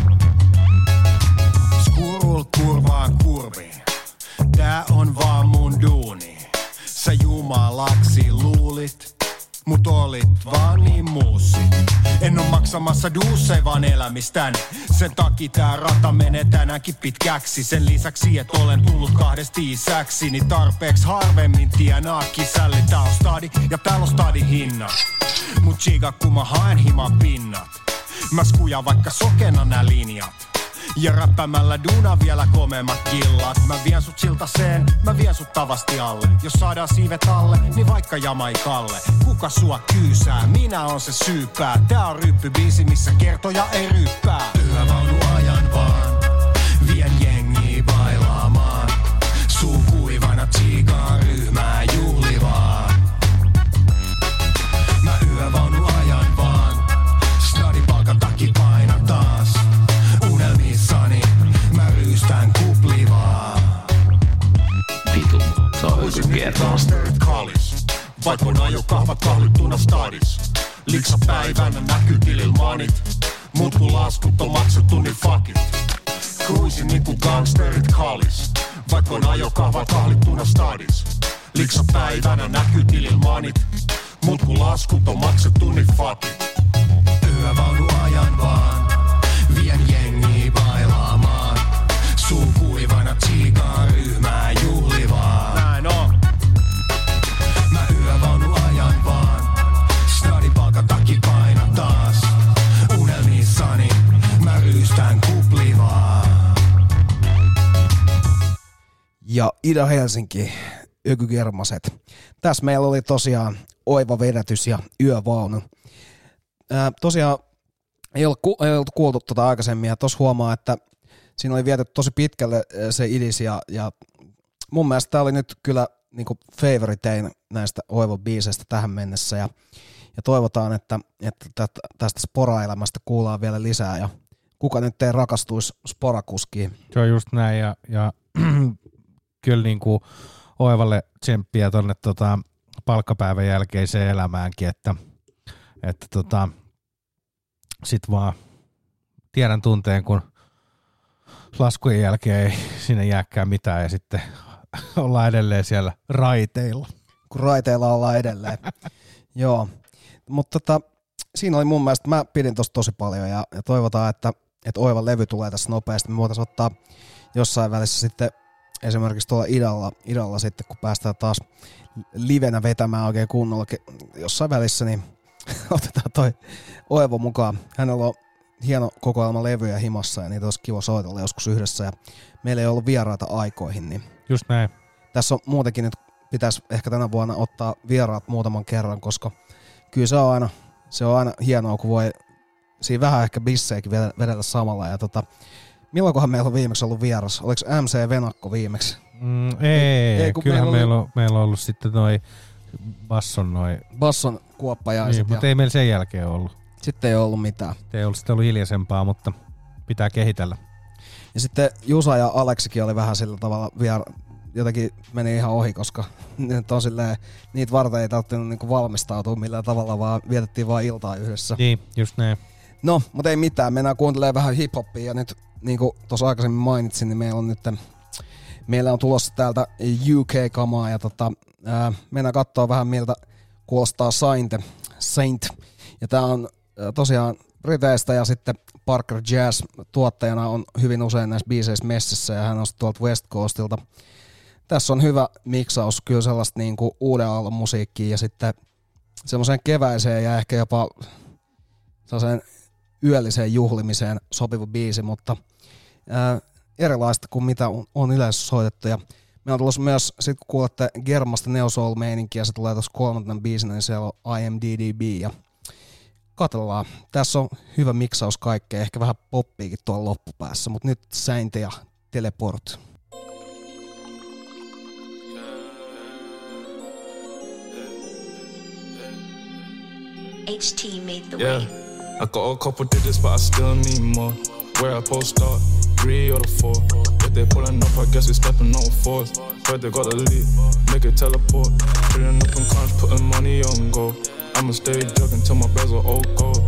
Speaker 8: Skurul kurvaan kurviin, tää on vaan mun duuni. Sä jumalaksi luulit, mut olit vaan niin muussi. En oo maksamassa duussei vaan elämistäni. Sen takia tää rata menee tänäänkin pitkäksi. Sen lisäksi et olen tullut 2 isäksi, niin tarpeeksi harvemmin tienaa kisälle. Tää on stadi ja täällä on stadin hinnat. Mut chiga kun mä haen himan pinnat. Mä skujaan vaikka sokena nää linjat. Ja räppämällä duuna vielä komeemmat killat. Mä vien sut siltaseen, mä vien sut tavasti alle. Jos saadaan siivet alle, niin vaikka Jamaikalle. Kuka sua kyysää, minä on se syypää. Tää on ryppybiisi, missä kertoja ei ryppää. Yövaunu ajan vaan, vien jengiä bailaamaan. Suu kuivana tsiigaa ryhmää juhlivaan. Mä yövaunu ajan vaan, snadi palkan takki paina taas. Unelmissani mä ryystän kuplivaa.
Speaker 2: Vitu, se on joku kerran.
Speaker 8: Vaikka on ajokahvat kahlittuna stadis. Liksapäivänä näkyy tilil manit. Mut kun laskut on maksettu, niin fuck it. Cruisin niinku gangsterit kalis. Vaikka on ajokahvat kahlittuna stadis. Liksapäivänä näkyy tilil manit. Mut kun laskut on maksettu, niin fuck it. Yövaunu ajan vaan. Vien jengiä bailaamaan. Suu kuivana tsiigaa ryhmää juhlivaa. Näin on. Mä yövaunu ajan vaan. Snadi palkan takki paina taas. Unelmissani mä ryystän kuplivaa.
Speaker 6: Ja Ida Helsinki, Ökygermaset. Tässä meillä oli tosiaan oiva vedätys ja yövaunu. Tosiaan ei ollut kuultu tuota aikaisemmin, ja tuossa huomaa, että siinä oli viety tosi pitkälle se idis, ja mun mielestä tämä oli nyt kyllä niinku favoritein näistä Oiva-biiseistä tähän mennessä, ja toivotaan, että tästä sporaelämästä kuullaan vielä lisää, ja kuka nyt ei rakastuisi sporakuskiin.
Speaker 7: Se on just näin, ja kyllä niinku Oivalle tsemppiä tonne palkkapäivän jälkeiseen elämäänkin, että sit vaan tiedän tunteen, kun laskujen jälkeen ei sinne jääkään mitään ja sitten ollaan edelleen siellä raiteilla.
Speaker 6: Kun raiteilla ollaan edelleen. Joo, mutta siinä oli mun mielestä, mä pidin tosta tosi paljon ja toivotaan, että Oivan levy tulee tässä nopeasti. Me voitaisiin ottaa jossain välissä sitten esimerkiksi tuolla idalla sitten, kun päästään taas livenä vetämään oikein kunnolla jossain välissä, niin otetaan toi Oivo mukaan. Hänellä on hieno kokoelma levyjä himassa ja niitä olisi kiva soitella joskus yhdessä ja meillä ei ollut vieraita aikoihin. Niin
Speaker 7: just näin.
Speaker 6: Tässä on muutenkin nyt pitäisi ehkä tänä vuonna ottaa vieraat muutaman kerran, koska kyllä se on aina hienoa, kun voi siinä vähän ehkä bissejäkin vedellä samalla. Ja milloinkohan meillä on viimeksi ollut vieras? Oliko MC Venakko viimeksi?
Speaker 7: Ei kyllähän meillä on ollut sitten Basson
Speaker 6: kuoppajaiset.
Speaker 7: Niin, mutta ei meillä sen jälkeen ollut.
Speaker 6: Sitten ei ollut mitään.
Speaker 7: Ei ollut sitten ollut hiljaisempaa, mutta pitää kehitellä.
Speaker 6: Ja sitten Jusa ja Aleksikin oli vähän sillä tavalla jotenkin meni ihan ohi, koska nyt on silleen, niitä varten ei tarvittanut niinku valmistautua millään tavalla, vaan vietettiin vaan iltaa yhdessä.
Speaker 7: Niin, just näin.
Speaker 6: No, mutta ei mitään. Mennään kuuntelemaan vähän hip-hoppia ja nyt niin kuin tuossa aikaisemmin mainitsin, niin meillä on tulossa täältä UK-kamaa ja mennään katsoa vähän miltä kuulostaa Saint. Ja tää on tosiaan Briteistä ja sitten Parker Jazz tuottajana on hyvin usein näissä biiseissä messissä ja hän on tuolta West Coastilta. Tässä on hyvä miksaus, kyllä sellaista niin kuin uuden aallon musiikkia ja sitten semmoiseen keväiseen ja ehkä jopa sellaiseen yölliseen juhlimiseen sopiva biisi, mutta erilaista kuin mitä on yleensä soitettu. Ja meillä on tulossa myös, sit kun kuulette Germasta Neo Soul-meininkiä, se tulee tuossa 3. biisinä, niin siellä on IMDDB ja katsellaan. Tässä on hyvä miksaus kaikkea, ehkä vähän poppiikin tuolla loppupäässä, mutta nyt Saint ja Teleport.
Speaker 9: HT made the way.
Speaker 10: I got a couple digits, but I still need more. Where I post start, 3 or the 4. If they pulling up, I guess we stepping on 4s. Heard they got the lead, make it teleport. Filling up in crunch, putting money on gold. I'ma stay jugging till my bags are all gold.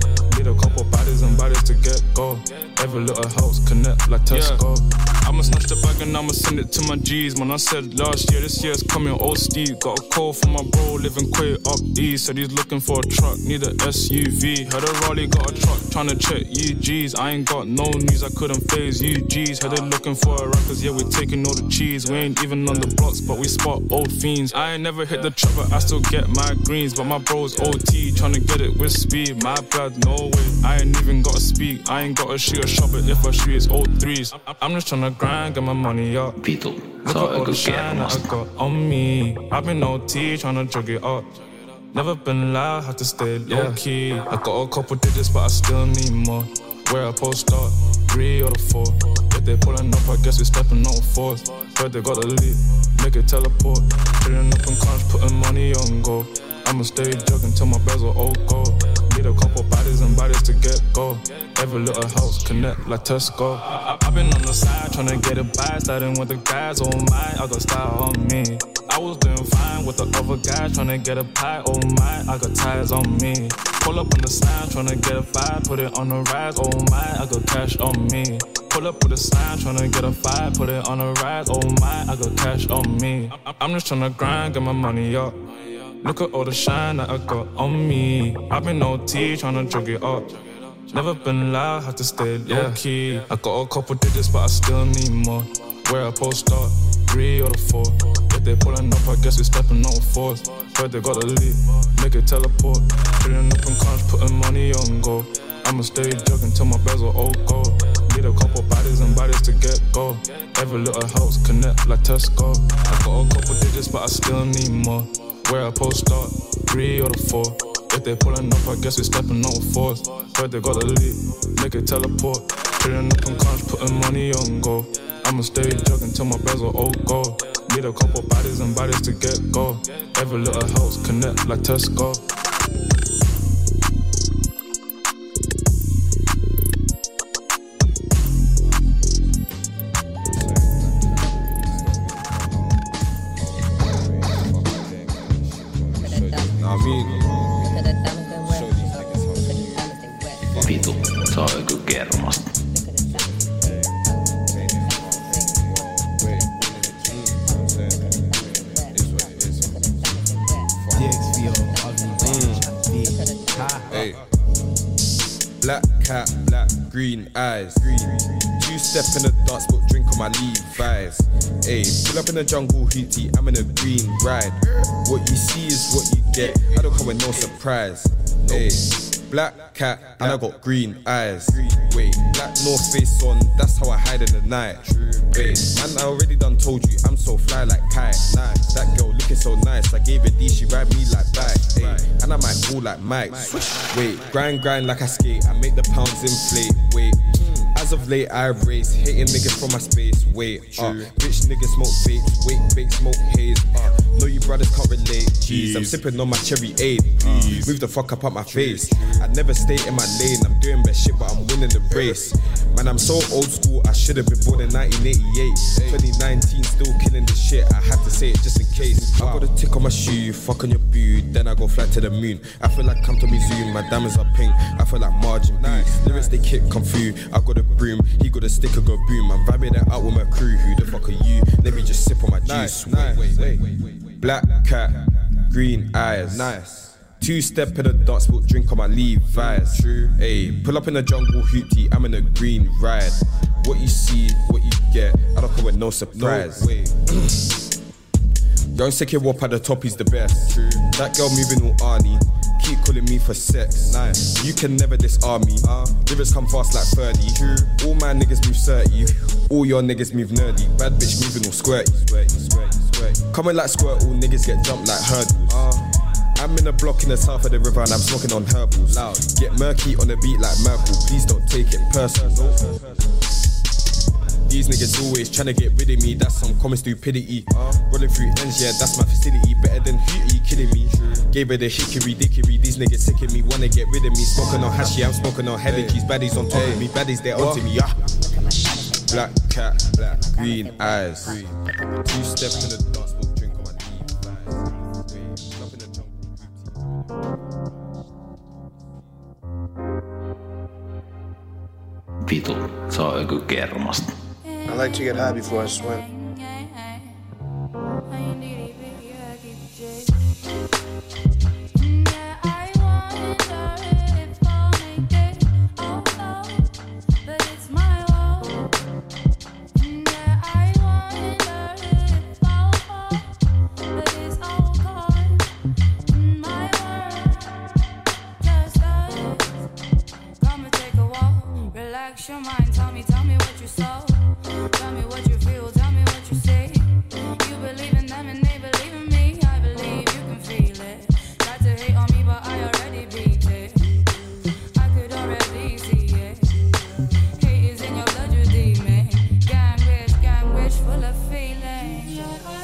Speaker 10: Need a couple bodies and bodies to get go. Every little house connect like Tesco. I'ma snatch the bag and I'ma send it to my G's. Man, I said last year, this year's coming old Steve. Got a call from my bro living quite up east. Said he's looking for a truck, need a SUV. Heard a Raleigh got a truck, tryna check UGs. I ain't got no news, I couldn't phase UGs. Heard they looking for a rappers, yeah, we're taking all the cheese. We ain't even on the blocks, but we spot old fiends. I ain't never hit the trap, but I still get my greens. But my bro's OT, tryna get it with speed. My bad, no way, I ain't even gotta speak. I ain't gotta shoot a shot, but if I shoot it's old threes. I'm just tryna grind, get my money up.
Speaker 2: Vitu,
Speaker 10: Look at all the shine that I got on me. I've been OT, tryna jug it up. Never been loud, had to stay low-key. I got a couple digits, but I still need more. Where I post up, 3 or the 4. If they pulling up, I guess we stepping on 4s. Heard they got the lead, make it teleport. Filling up in cars, putting money on go. I'ma stay jugging till my bezel all go. Need a couple bodies and bodies to get go. Every little house connect like Tesco. I've been on the side tryna get it by. Starting with the guys, oh my, I got style on me. I was doing fine with the other guys tryna get a pie, oh my, I got ties on me. Pull up on the sign tryna get a vibe, put it on the rise, oh my, I got cash on me. Pull up with a sign tryna get a vibe, put it on the rise, oh my, I got cash on me. I'm just tryna grind, get my money up. Look at all the shine that I got on me. I've been OT tryna jug it up. Never been loud, had to stay low-key. I got a couple digits, but I still need more. Where I post up, 3 or the 4. If they pulling up, I guess we stepping on 4s. Heard they got the lead, make it teleport. Filling up in cars, putting money on go. I'ma stay jugging till my bezel all go. Need a couple bodies and bodies to get go. Every little house connect like Tesco. I got a couple digits, but I still need more. Where I post up, 3 or the 4. If they pulling up, I guess we stepping on 4s. Heard they got the lead, make it teleport. Filling up in cars, putting money on go. I'ma stay jugging till my bezel all go. Need a couple bodies and bodies to get go. Every little house connect like Tesco.
Speaker 2: Vitu, se on joku kermasta.
Speaker 9: Hey. Black cat, black, green eyes. Two-step in the dance, but drink on my Levi's. Hey, pull up in the jungle, hootie, I'm in a green ride. What you see is what you get, I don't come with no surprise. Hey, black cat, and I got green eyes. Wait, black North Face on, that's how I hide in the night. Wait, man, I already done told you, I'm so fly like kite. That girl looking so nice, I gave her D, she ride me like bike. Hey, and I might fall like Mike. Wait, grind like I skate, I make the pounds inflate. Wait, as of late I race, hating niggas from my space. Wait, rich niggas smoke vapes, wait, fake smoke haze. No, you brothers can't relate. Jeez, I'm sipping on my cherry aid. Move the fuck up my face. I never stay in my lane. I'm doing best shit, but I'm winning the race. Man, I'm so old school. I should have been born in 1988. 2019, still killing the shit. I had to say it just in case. I got a tick on my shoe, fuck on your boo. Then I go fly to the moon. I feel like come to me Zoom. My diamonds are pink. I feel like Margin B. Lyrics they kick kung fu. I got a broom. He got a stick, I got boom. I'm vibing it out with my crew. Who the fuck are you? Let me just sip on my juice. Wait. Black cat, green eyes. Nice. Two-step in the dance, but drink on my Levi's. True. Hey, pull up in the jungle, hootie, I'm in a green ride. What you see, what you get, I don't come with no surprise. No way. Young Seki Wop at the top, he's the best. True. That girl moving all Arnie, keep calling me for sex. Nice. You can never disarm me. Lyrics come fast like 30. True. All my niggas move 30. All your niggas move nerdy. Bad bitch moving all squirty. Coming like squirt, all niggas get jumped like hurdles. I'm in a block in the south of the river and I'm smoking on herbals. Loud. Get murky on the beat like Merkel. Please don't take it personal. These niggas always tryna get rid of me. That's some common stupidity. Rolling through ends, yeah, that's my facility. Better than Hootie, kidding me. Gave her the hickory dickory. These niggas sick of me, wanna get rid of me. Smoking on hash, yeah, I'm smoking on heavy keys. Baddies on top of me, baddies they're onto me. Black cat, black, green eyes. Two-step in the dance, we'll drink on my Levi's. Up in the jungle.
Speaker 2: Vitu, se on joku kermasta.
Speaker 3: I like to get high before I swim.
Speaker 11: Your mind, tell me what you saw. Tell me what you feel, tell me what you say. You believe in them and they believe in me. I believe you can feel it. Tried to hate on me, but I already beat it. I could already see it. Hate is in your blood, you're demon. Gang wish, full of feelings.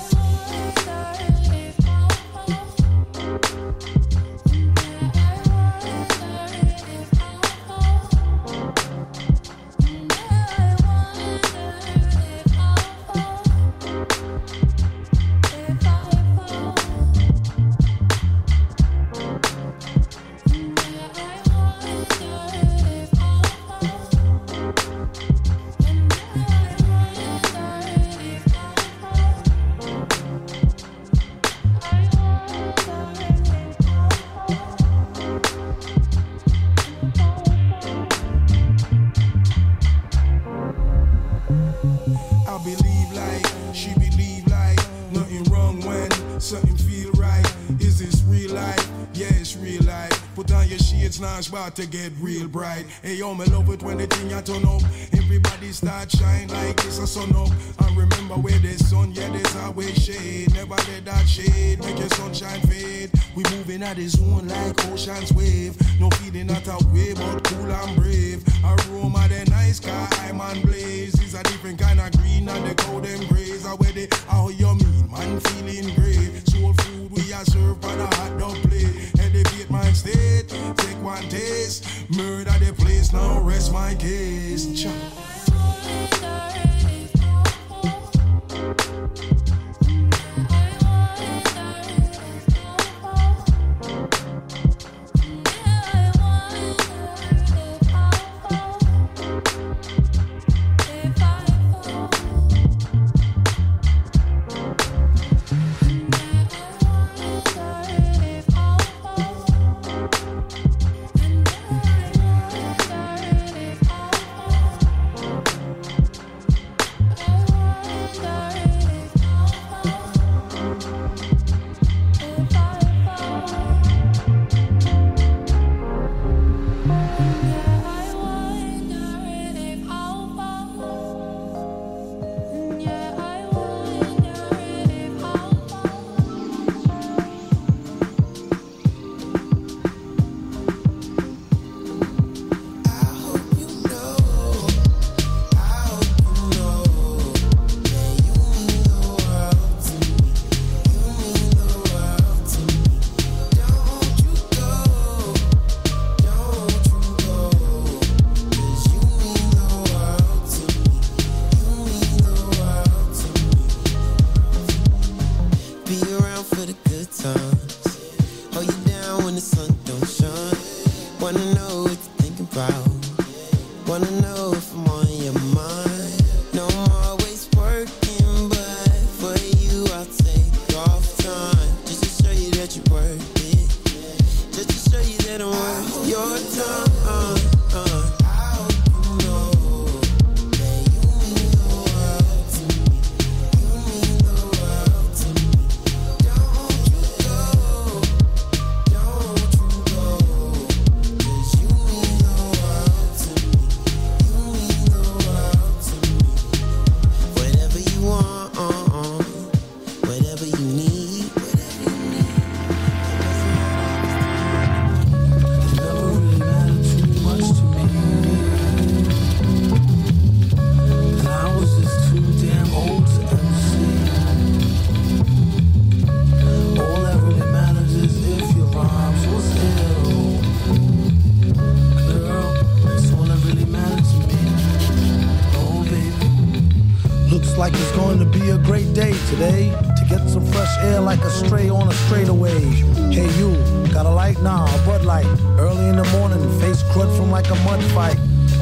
Speaker 12: About to get real bright. Hey yo, me love it when the thing I turn up. Everybody start shine like it's a sun up. And remember where there's sun, yeah, there's always shade. Never let that shade make your sunshine fade. We moving at the zone like ocean's wave. No feeling at a way, but cool and brave. Aroma the nice car, I'm on blaze. It's a different kind of green and the cow them grays. Where they, how you mean, man feeling great. Soul food we are served on a hot dog plate. Elevate my state, take one taste. Murder the place, now rest my case.
Speaker 13: like it's going to be a great day today. To get some fresh air like a stray on a straightaway. Hey you, got a light? Nah, a Bud Light. Early in the morning, face crud from like a mud fight.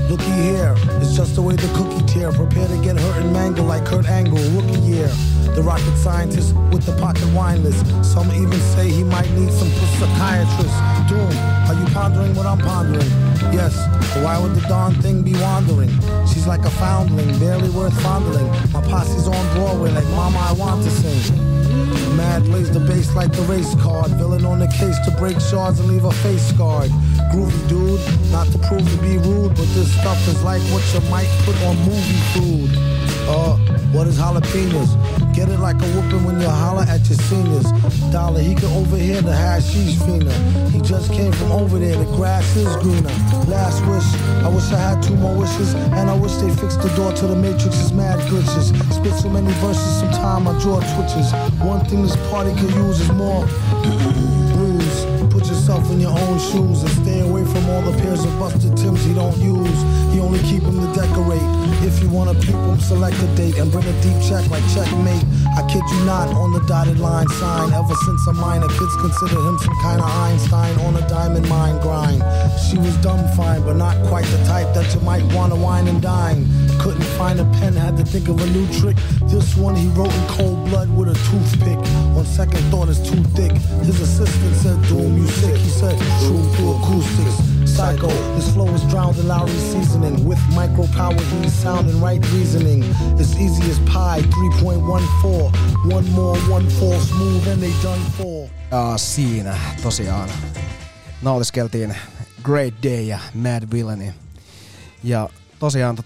Speaker 13: Looky here, it's just the way the cookie tear. Prepare to get hurt and mangled like Kurt Angle, rookie year. The rocket scientist with the pocket wine list. Some even say he might need some psychiatrist. Doom, are you pondering what I'm pondering? Yes, but why would the darn thing be wandering? She's like a foundling, barely worth fondling. My posse's on Broadway like Mama, I want to sing. Mad plays the bass like the race card. Villain on the case to break shards and leave a face scarred. Groovy dude, not to prove to be rude, but this stuff is like what you might put on movie food. What is jalapenos? Get it like a whooping when you holler at your seniors. Dollar, he can overhear the hashish finger. He just came from over there, the grass is greener. Last wish, I wish I had 2 more wishes. And I wish they fixed the door to the Matrix's mad glitches. Spit so many verses, sometime my jaw twitches. One thing this party could use is more blues. Put yourself in your own shoes and stay away from all the pairs of busted Timbs he don't use. He only keep them to decorate. If you wanna peep him, select a date and bring a deep check like checkmate. I kid you not, on the dotted line sign. Ever since a minor, kids consider him some kind of Einstein on a diamond mine grind. She was dumb fine, but not quite the type that you might wanna wine and dine. Couldn't find a pen, had to think of a new trick. This one he wrote in cold blood with a toothpick. On second thought, it's too thick. His assistant said, Doom, you sick. He said, true through acoustics. Psycho, this flow is drowned in Lowry seasoning. With micro power, he's sound and right reasoning. It's easy as pie, 3.14. One more, 1-4, smooth and they done for.
Speaker 6: Siinä tosiaan nautiskeltiin Great Day ja Mad Villainy. Ja tosiaan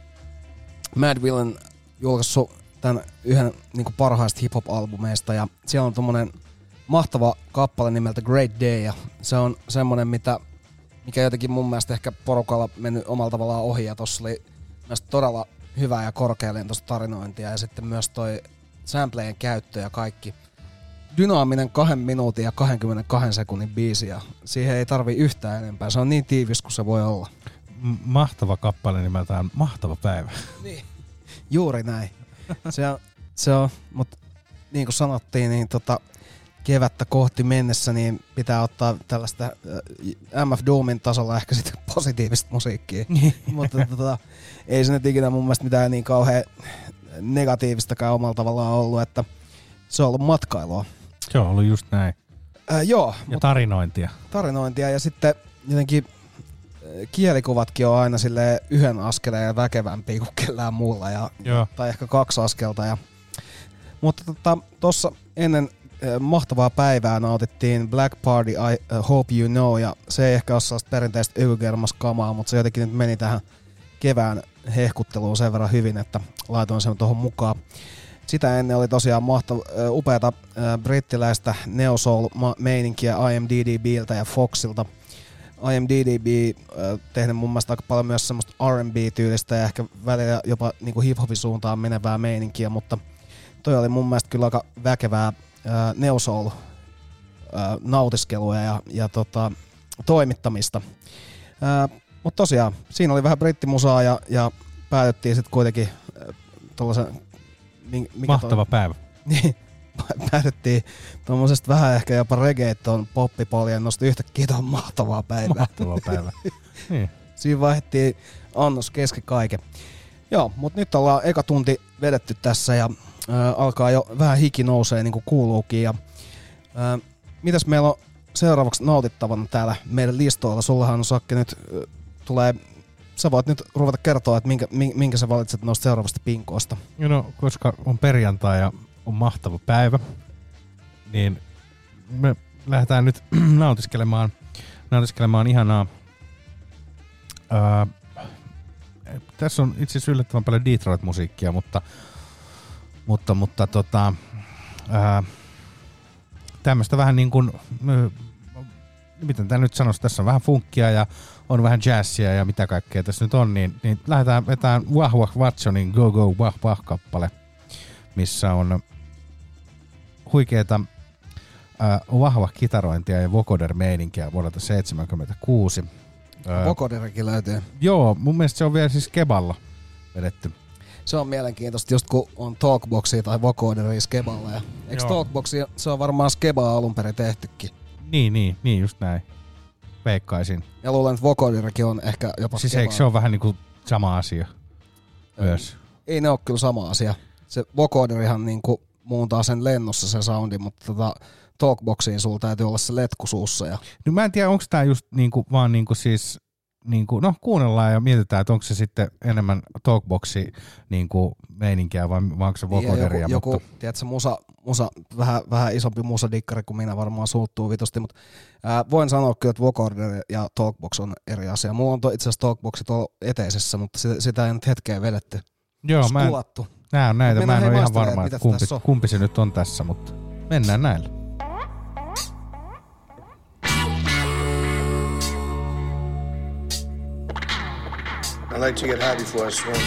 Speaker 6: Mad Villain julkaissut tän yhden niinku parhaista hip-hop-albumeista ja siellä on tommonen mahtava kappale nimeltä Great Day ja se on semmonen mikä jotenkin mun mielestä ehkä porukalla mennyt omalla tavallaan ohi ja tossa oli myös todella hyvää ja korkealentoista tarinointia ja sitten myös toi samplejen käyttö ja kaikki. Dynaaminen 2 minuutin ja 22 sekunnin biisi ja siihen ei tarvii yhtään enempää. Se on niin tiivis kuin se voi olla.
Speaker 7: Mahtava kappale nimeltään Mahtava päivä.
Speaker 6: Niin. Juuri näin. Se on, mutta niin kuin sanottiin, niin kevättä kohti mennessä niin pitää ottaa tällaista MF Doomin tasolla ehkä sitten positiivista musiikkia. Mutta ei se nyt ikinä mun mielestä mitään niin kauhean negatiivistakaan omalla tavallaan ollut, että se on ollut matkailua.
Speaker 7: Se on ollut just näin.
Speaker 6: Joo.
Speaker 7: Ja tarinointia.
Speaker 6: Tarinointia ja sitten jotenkin kielikuvatkin on aina silleen 1 askeleen väkevämpiä kuin kellään muulla tai ehkä 2 askelta. Mutta tossa ennen mahtavaa päivää nautittiin Black Party I Hope You Know ja se ei ehkä ole sellaista perinteistä ykykermaskamaa, mutta se jotenkin nyt meni tähän kevään hehkutteluun sen verran hyvin, että laitoin sen tuohon mukaan. Sitä ennen oli tosiaan upeata brittiläistä neo-soul-meininkiä IMDDB:ltä ja Foxilta. IMDDB tehnyt mun mielestä aika paljon myös semmoista R&B-tyylistä ja ehkä välillä jopa niinku hip-hopin suuntaan menevää meininkiä, mutta toi oli mun mielestä kyllä aika väkevää neo-soul nautiskelua ja toimittamista. Mutta tosiaan, siinä oli vähän brittimusaa ja päädyttiin sitten kuitenkin tuollaisen...
Speaker 7: Mahtava päivä.
Speaker 6: Niin, päädyttiin tuommoisesta vähän ehkä jopa reggaeton poppipoljennosta yhtäkkiä tuohon mahtavaa päivää.
Speaker 7: Mahtavaa päivä. Niin.
Speaker 6: Siinä vaihdettiin annos kesken kaiken. Joo, mutta nyt ollaan eka tunti vedetty tässä ja alkaa jo vähän hiki nousee niin kuin kuuluukin. Ja, mitäs meillä on seuraavaksi nautittavana täällä meidän listoilla? Sullahan on Sakke nyt tulee... Sä voit nyt ruveta kertoa, että minkä sä valitset noista seuraavasta pinkoosta.
Speaker 7: No, koska on perjantai ja on mahtava päivä, niin me lähdetään nyt nautiskelemaan ihanaa. Tässä on itse asiassa yllättävän paljon Detroit-musiikkia, mutta tämmöistä vähän niin kuin, miten tää nyt sanoisi, tässä on vähän funkkia ja on vähän jazzia ja mitä kaikkea tässä nyt on, niin lähdetään vetään Wah Wah Watsonin Go Go Wah Wah -kappale, missä on huikeeta vahva kitarointia ja vocoder-meininkiä vuodelta 1976.
Speaker 6: Vocoderikin löytyy.
Speaker 7: Joo, mun mielestä se on vielä siis Keballa vedetty.
Speaker 6: Se on mielenkiintoista, just kun on Talkboxia tai vocoderia Skeballa. Ja eikö Talkboxia, se on varmaan Skebaa alun perin tehtykin?
Speaker 7: Niin, just näin. veikkaisin.
Speaker 6: Ja luulen, että vocoderkin on ehkä jopa
Speaker 7: siis eikö se ole vähän niinku sama asia myös?
Speaker 6: Ei ne ole kyllä sama asia. Se vocoderihan niinku muuntaa sen lennossa se soundi, mutta talkboxiin sulla täytyy olla se letku suussa. Ja...
Speaker 7: No mä en tiedä, onko tää just niinku, vaan niinku siis, niinku, no kuunnellaan ja mietitään, että onko se sitten enemmän talkboxi niinku meininkiä vai onko se vocoderia.
Speaker 6: Joku tiedätkö, musa vähän isompi musadikkari kuin minä varmaan suuttuu vitusti, mutta voin sanoa kyllä, että vocoder ja talkbox on eri asia. Mulla on itse asiassa talkboxit ollut eteisessä, mutta sitä ei nyt hetkeen vedetty.
Speaker 7: Joo,
Speaker 6: skulattu.
Speaker 7: Nää on näitä, mä en ole ihan varma, että kumpi se nyt on tässä, mutta mennään näillä.
Speaker 3: I like to get high before I swim.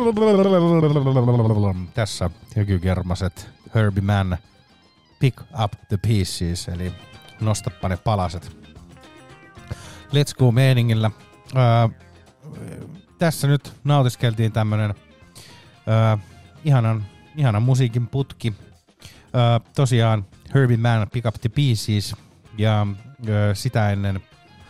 Speaker 7: Tässä Hykykermaset, Herbie Mann, Pick Up the Pieces, eli nostappa ne palaset. Let's Go -meiningillä. Tässä nyt nautiskeltiin tämmönen ihanan musiikin putki. Tosiaan Herbie Mann, Pick Up the Pieces, ja sitä ennen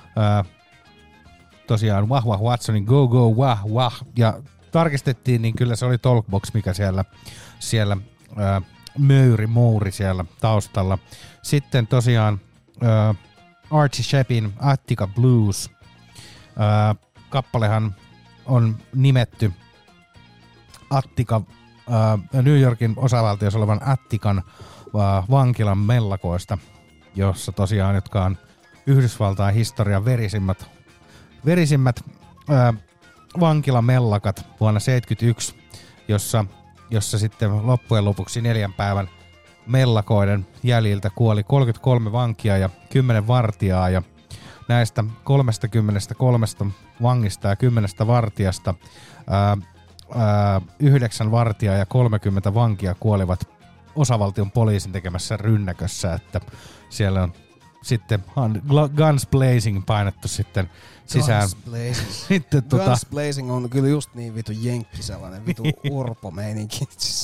Speaker 7: tosiaan Wah Wah Watsonin Go Go Wah Wah, ja tarkistettiin, niin kyllä se oli Talkbox, mikä siellä möyri mouri siellä taustalla. Sitten tosiaan Archie Sheppin Attica Blues. Kappalehan on nimetty Attica, New Yorkin osavaltiossa olevan Attican vankilan mellakoista, jossa tosiaan, jotka on Yhdysvaltain historian verisimmät vankilamellakat vuonna 1971, jossa sitten loppujen lopuksi 4 päivän mellakoiden jäljiltä kuoli 33 vankia ja 10 vartijaa, ja näistä 33 vangista ja 10 vartijasta 9 vartijaa ja 30 vankia kuolivat osavaltion poliisin tekemässä rynnäkössä, että siellä on sitten Guns Blazing painettu sitten sisään.
Speaker 6: Sitten Guns Blazing on kyllä just niin vitu jenkki, sellainen vitu urpo-meininki.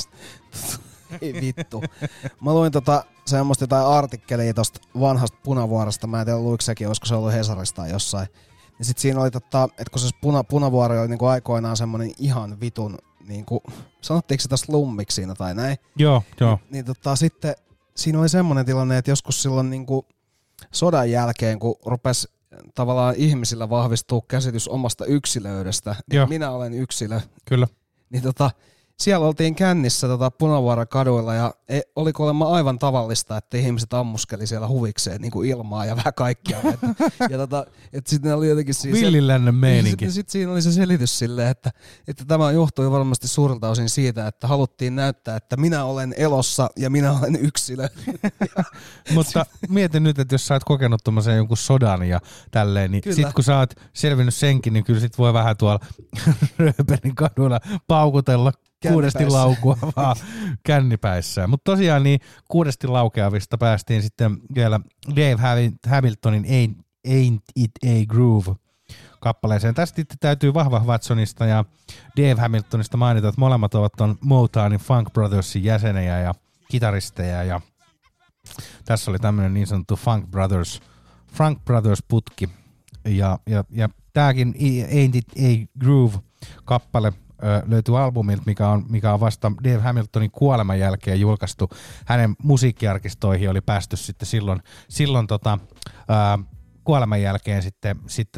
Speaker 6: Ei vittu. Mä luin semmoista jotain artikkelia tosta vanhasta Punavuoresta. Mä en tiedä, luiko sekin, olisiko se ollut Hesarista tai jossain. Ja sit siinä oli, että kun se Punavuori oli niinku aikoinaan semmonen ihan vitun, niinku, sanottiinko se tässä slummiksi siinä tai näin?
Speaker 7: Joo.
Speaker 6: Niin sitten siinä oli semmonen tilanne, että joskus silloin niinku sodan jälkeen, kun rupesi tavallaan ihmisillä vahvistuu käsitys omasta yksilöydestä, niin minä olen yksilö.
Speaker 7: Kyllä.
Speaker 6: Niin siellä oltiin kännissä Punavuoren kaduilla, ja oli kuulemma aivan tavallista, että ihmiset ammuskeli siellä huvikseen niin kuin ilmaa ja vähän kaikkea. Että sitten oli jotenkin
Speaker 7: villilännen meininki.
Speaker 6: Sitten siinä oli se selitys silleen, että tämä johtui varmasti suurelta osin siitä, että haluttiin näyttää, että minä olen elossa ja minä olen yksilö.
Speaker 7: Mutta mietin nyt, että jos sä oot kokenut tommosen jonkun sodan ja tälleen, niin sit kun sä oot selvinnyt senkin, niin kyllä sit voi vähän tuolla Rööperin kadulla paukutella 6 laukua vaan kännipäissään. Mutta tosiaan niin 6 laukeavista päästiin sitten vielä Dave Hamiltonin Ain't It a Groove -kappaleeseen. Tästä täytyy Vahva Watsonista ja Dave Hamiltonista mainita, että molemmat ovat ton Motownin Funk Brothersin jäsenejä ja kitaristeja, ja tässä oli tämmönen niin sanottu Funk Brothers putki, ja tääkin Ain't It a Groove -kappale löytyy albumilta, mikä on vasta Dave Hamiltonin kuoleman jälkeen julkaistu. Hänen musiikkiarkistoihin oli päästy sitten silloin kuoleman jälkeen sitten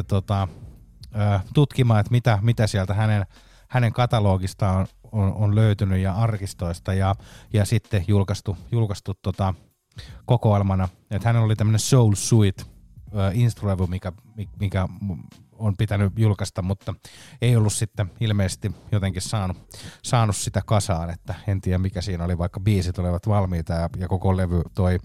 Speaker 7: tutkimaan, että mitä sieltä hänen katalogistaan on löytynyt ja arkistoista, ja sitten julkaistu kokoelmana. Että hänellä oli tämmöinen Soul Suite instrurevy, mikä on pitänyt julkaista, mutta ei ollut sitten ilmeisesti jotenkin saanut sitä kasaan, että en tiedä mikä siinä oli, vaikka biisit olivat valmiita ja koko levy toi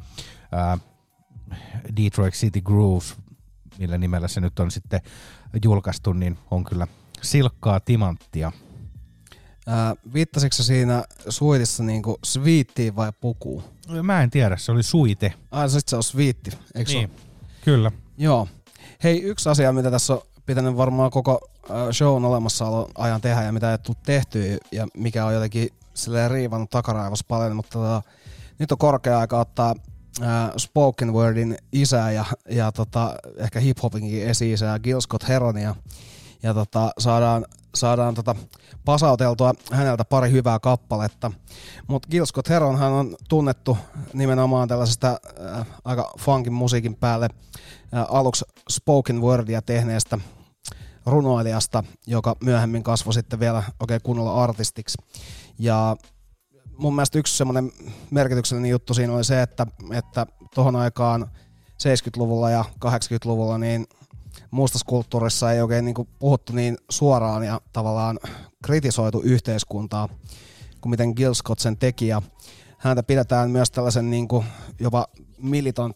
Speaker 7: Detroit City Grooves, millä nimellä se nyt on sitten julkaistu, niin on kyllä silkkaa timanttia.
Speaker 6: Viittasitko sä siinä suitissa niinku sviittiin vai pukuun?
Speaker 7: Mä en tiedä, se oli suite.
Speaker 6: Sit se on sviitti, eikö
Speaker 7: niin, kyllä.
Speaker 6: Joo. Hei, yksi asia, mitä tässä on pitänyt varmaan koko shown olemassaolon ajan tehdä ja mitä ei tule tehtyä ja mikä on jotenkin silleen riivannut takaraivossa paljon, mutta nyt on korkea aika ottaa spoken wordin isää ja ehkä hip-hopinkin esi-isää Gil Scott-Heronia ja saadaan pasauteltua häneltä pari hyvää kappaletta. Mutta Gil Scott-Heronhan on tunnettu nimenomaan tällaisesta aika funkin musiikin päälle aluksi spoken wordia tehneestä runoilijasta, joka myöhemmin kasvoi sitten vielä oikein kunnolla artistiksi. Ja mun mielestä yksi semmoinen merkityksellinen juttu siinä oli se, että tohon aikaan 70-luvulla ja 80-luvulla niin mustaskulttuurissa ei oikein niinku puhuttu niin suoraan ja tavallaan kritisoitu yhteiskuntaa kuin miten Gil Scott sen teki. Ja häntä pidetään myös tällaisen niinku jopa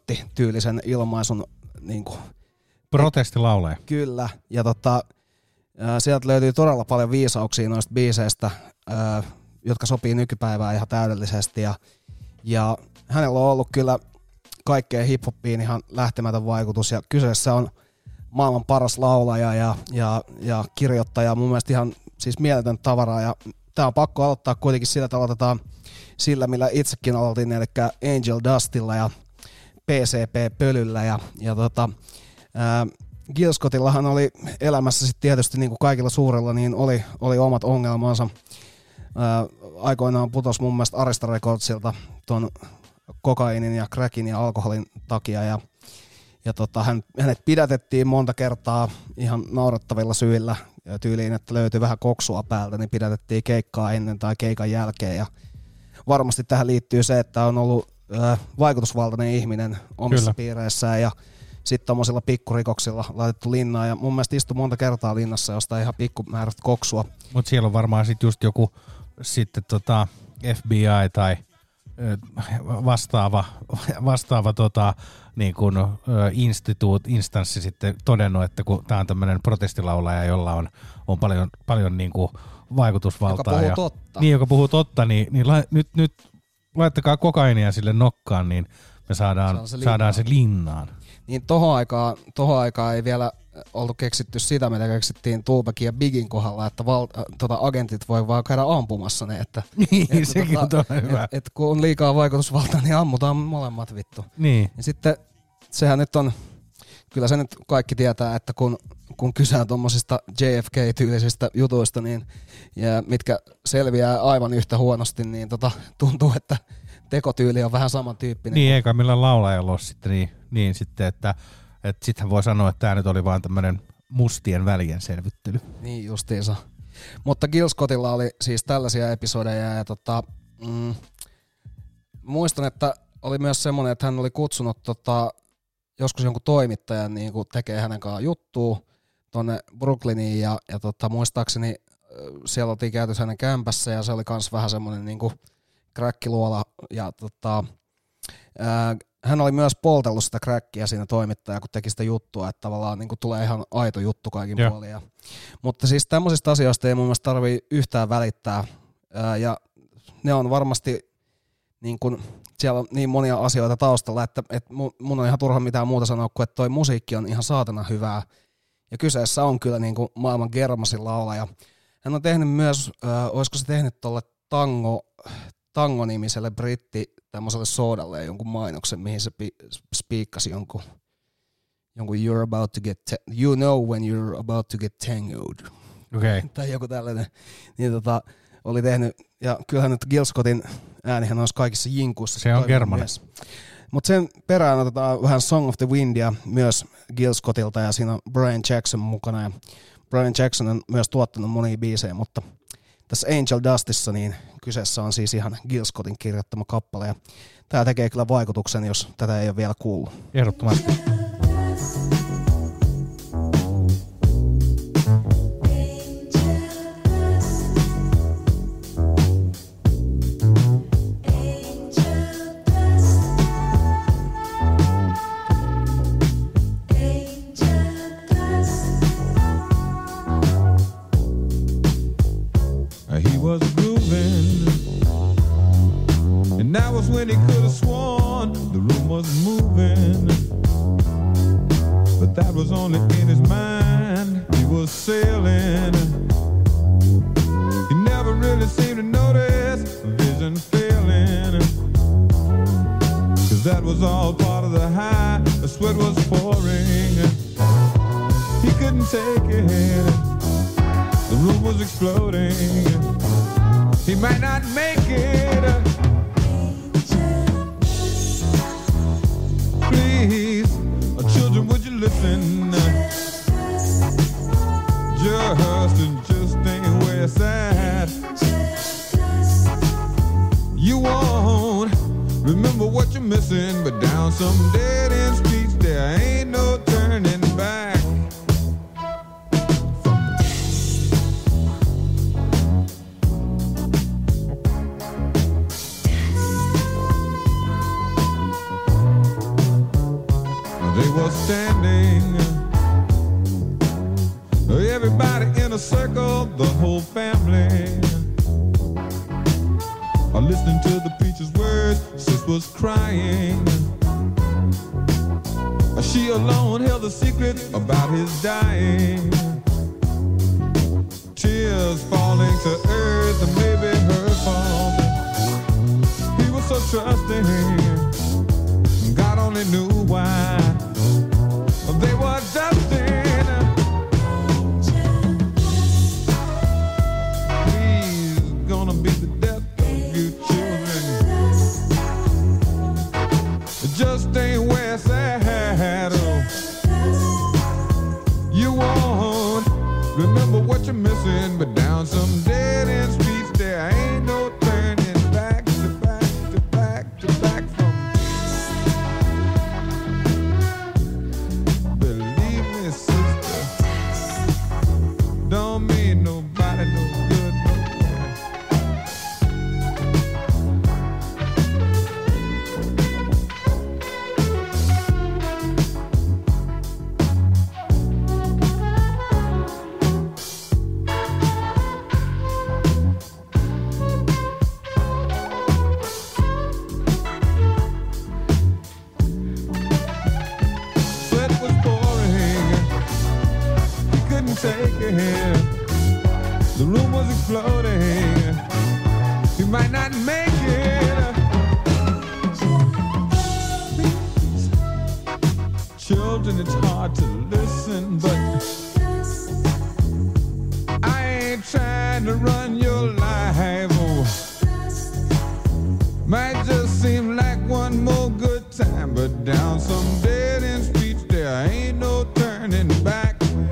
Speaker 6: militantti-tyylisen ilmaisun niinku
Speaker 7: protestilaulaja.
Speaker 6: Kyllä. Ja Sieltä löytyy todella paljon viisauksia noista biiseistä, jotka sopii nykypäivään ihan täydellisesti. Ja hänellä on ollut kyllä kaikkeen hip-hoppiin ihan lähtemätön vaikutus. Ja kyseessä on maailman paras laulaja ja kirjoittaja. Mun mielestä ihan siis mieletön tavaraa. Ja tää on pakko aloittaa kuitenkin sillä, että aloitetaan sillä, millä itsekin aloitin, eli Angel Dustilla ja PCP-pölyllä. Gil Scottillahan oli elämässä sitten tietysti niin kuin kaikilla suurilla, niin oli omat ongelmansa. Aikoinaan putosi mun mielestä Arista Recordsilta ton kokainin ja crackin ja alkoholin takia. Hänet pidätettiin monta kertaa ihan naurettavilla syillä tyyliin, että löytyi vähän koksua päältä, niin pidätettiin keikkaa ennen tai keikan jälkeen. Ja varmasti tähän liittyy se, että on ollut vaikutusvaltainen ihminen omissa piireissään ja sitten tommosilla pikkurikoksilla laitettu linnaan. Ja mun mielestä istui monta kertaa linnassa jostain ihan pikkumäärät koksua.
Speaker 7: Mutta siellä on varmaan sitten just joku sitten FBI tai vastaava niin kuin instanssi sitten todennut, että kun tämä on tämmöinen protestilaulaja, jolla on paljon niin kuin vaikutusvaltaa.
Speaker 6: Joka puhuu totta.
Speaker 7: Niin, joka puhuu totta, niin nyt laittakaa kokainia sille nokkaan, niin me saadaan se linnaan.
Speaker 6: Niin tohon aikaan ei vielä oltu keksitty sitä, mitä keksittiin Tupacin ja Bigin kohdalla, että agentit voi vaan käydä ampumassa ne.
Speaker 7: Niin, sekin on hyvä.
Speaker 6: Että kun on liikaa vaikutusvaltaa, niin ammutaan molemmat vittu.
Speaker 7: Niin.
Speaker 6: Ja sitten sehän nyt on, kyllä se nyt kaikki tietää, että kun kyse on tommosista JFK-tyylisistä jutuista, niin, ja mitkä selviää aivan yhtä huonosti, niin tuntuu, että tekotyyli on vähän samantyyppinen.
Speaker 7: Niin, eikä millään laulajalla ole sitten niin sitten, että sittenhän voi sanoa, että tämä nyt oli vaan tämmöinen mustien välien selvittely.
Speaker 6: Niin justiinsa. Mutta Gil Scottilla oli siis tällaisia episodeja ja muistan, että oli myös semmoinen, että hän oli kutsunut joskus jonkun toimittajan niin kuin tekee hänen kanssaan juttua tonne Brooklyniin ja muistaakseni siellä oltiin käyty hänen kämpässä ja se oli kans vähän semmoinen niin kuin crackiluola ja hän oli myös poltellut sitä crackia siinä toimittajaa, kun teki sitä juttua, että tavallaan niin kuin tulee ihan aito juttu kaikin puolin. Mutta siis tämmöisistä asioista ei mun mielestä tarvitse yhtään välittää ja ne on varmasti niin kuin, siellä on niin monia asioita taustalla, että mun on ihan turha mitään muuta sanoa kuin, että toi musiikki on ihan saatana hyvää ja kyseessä on kyllä niin kuin maailman germasin laulaja. Hän on tehnyt myös, olisiko se tehnyt tuolle Tango-nimiselle britti tämmöiselle soodalle jonkun mainoksen, mihin se spiikkasi jonkun you're about to get, you know when you're about to get tangoed.
Speaker 7: Okay.
Speaker 6: Tai joku tällainen. Niin oli tehnyt, ja kyllähän nyt Gil Scottin äänihän olisi kaikissa jinkuissa.
Speaker 7: Se on germanen.
Speaker 6: Mutta sen perään otetaan vähän Song of the Windia myös Gil Scottilta, ja siinä on Brian Jackson mukana, ja Brian Jackson on myös tuottanut monia biisejä, mutta tässä Angel Dustissa niin kyseessä on siis ihan Gil Scottin kirjoittama kappale, ja tää tekee kyllä vaikutuksen, jos tätä ei ole vielä kuullut.
Speaker 7: Ehdottomasti.
Speaker 14: Was grooving, and that was when he could have sworn the room was moving, but that was only in his mind. He was sailing, he never really seemed to notice vision failing, 'cause that was all part of the high. The sweat was pouring, he couldn't take it, the room was exploding. He might not make it. Please, children, would you listen? Just ain't where it's at. You won't remember what you're missing, but down some dead end streets there ain't no turning back. They were standing Everybody in a circle, the whole family are listening to the preacher's words. Sis was crying. She alone held the secret about his dying. Tears falling to earth, and maybe her fault. He was so trusting, God only knew why. They were destined. He's gonna be the death of you children. It just ain't where it's at. You won't remember what you're missing, but down some dead end streets there ain't no turning back to back to back to back from. Believe me, sister, don't mean nobody no good no more. Take it. The room was exploding. You might not make it. Children, it's hard to listen, but I ain't trying to run your life. Oh. Might just seem like one more good time, but down some dead end streets there ain't no turning back.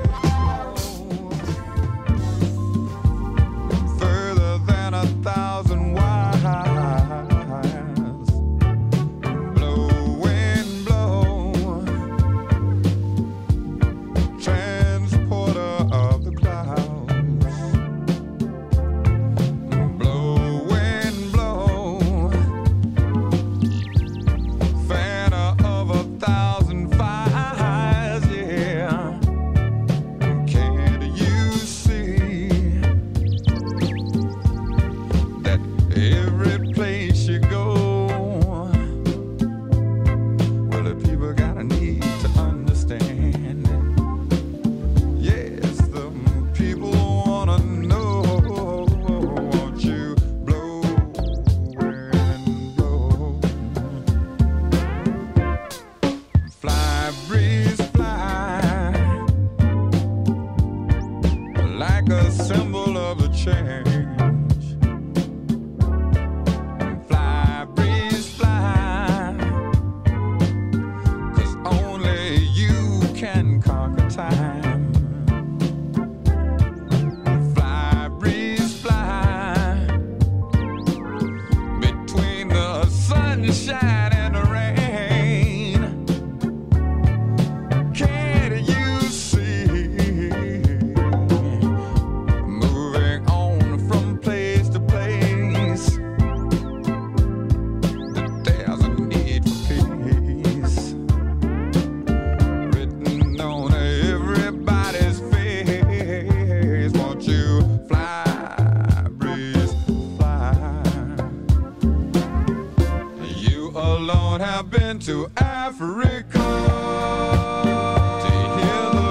Speaker 14: To Africa to hear the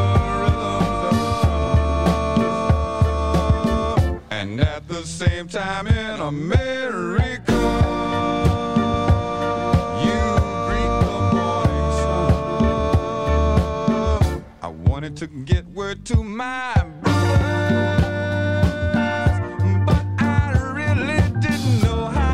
Speaker 14: rhythms of, and at the same time in America you greet the morning sun. I wanted to get word to my brothers, but I really didn't know how.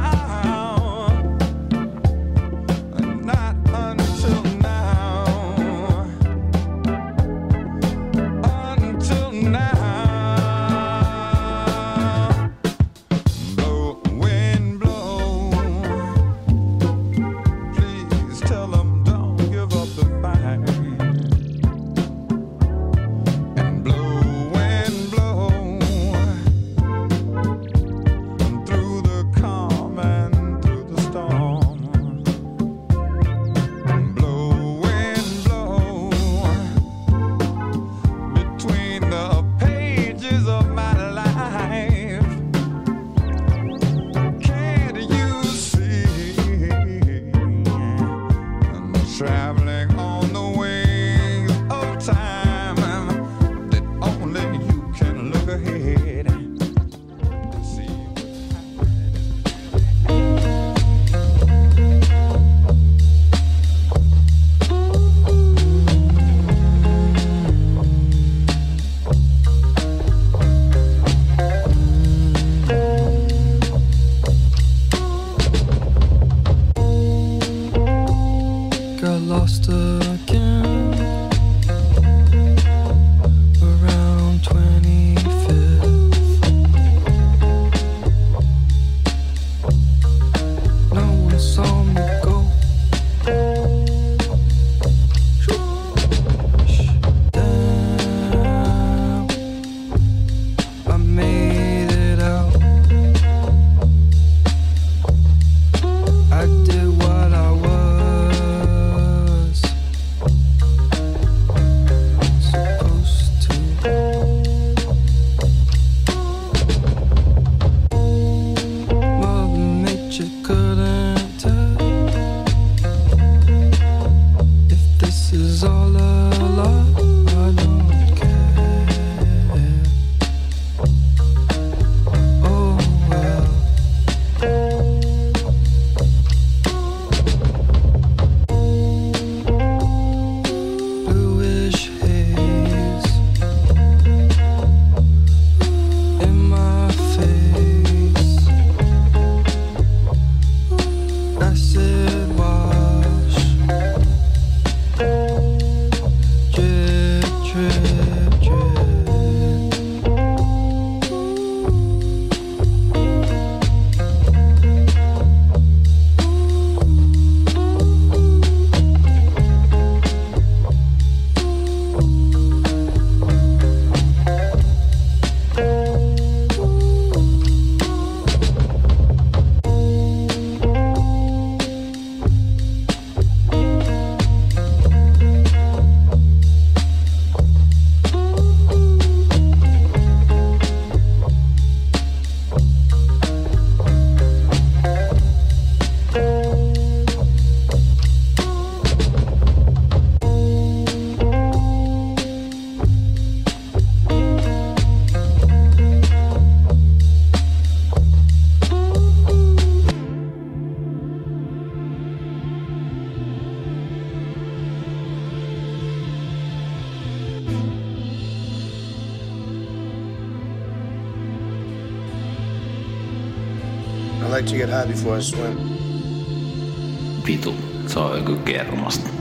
Speaker 14: Blow, wind, blow.
Speaker 3: like to get high before I swim.
Speaker 2: Vitu, se on joku kermasta.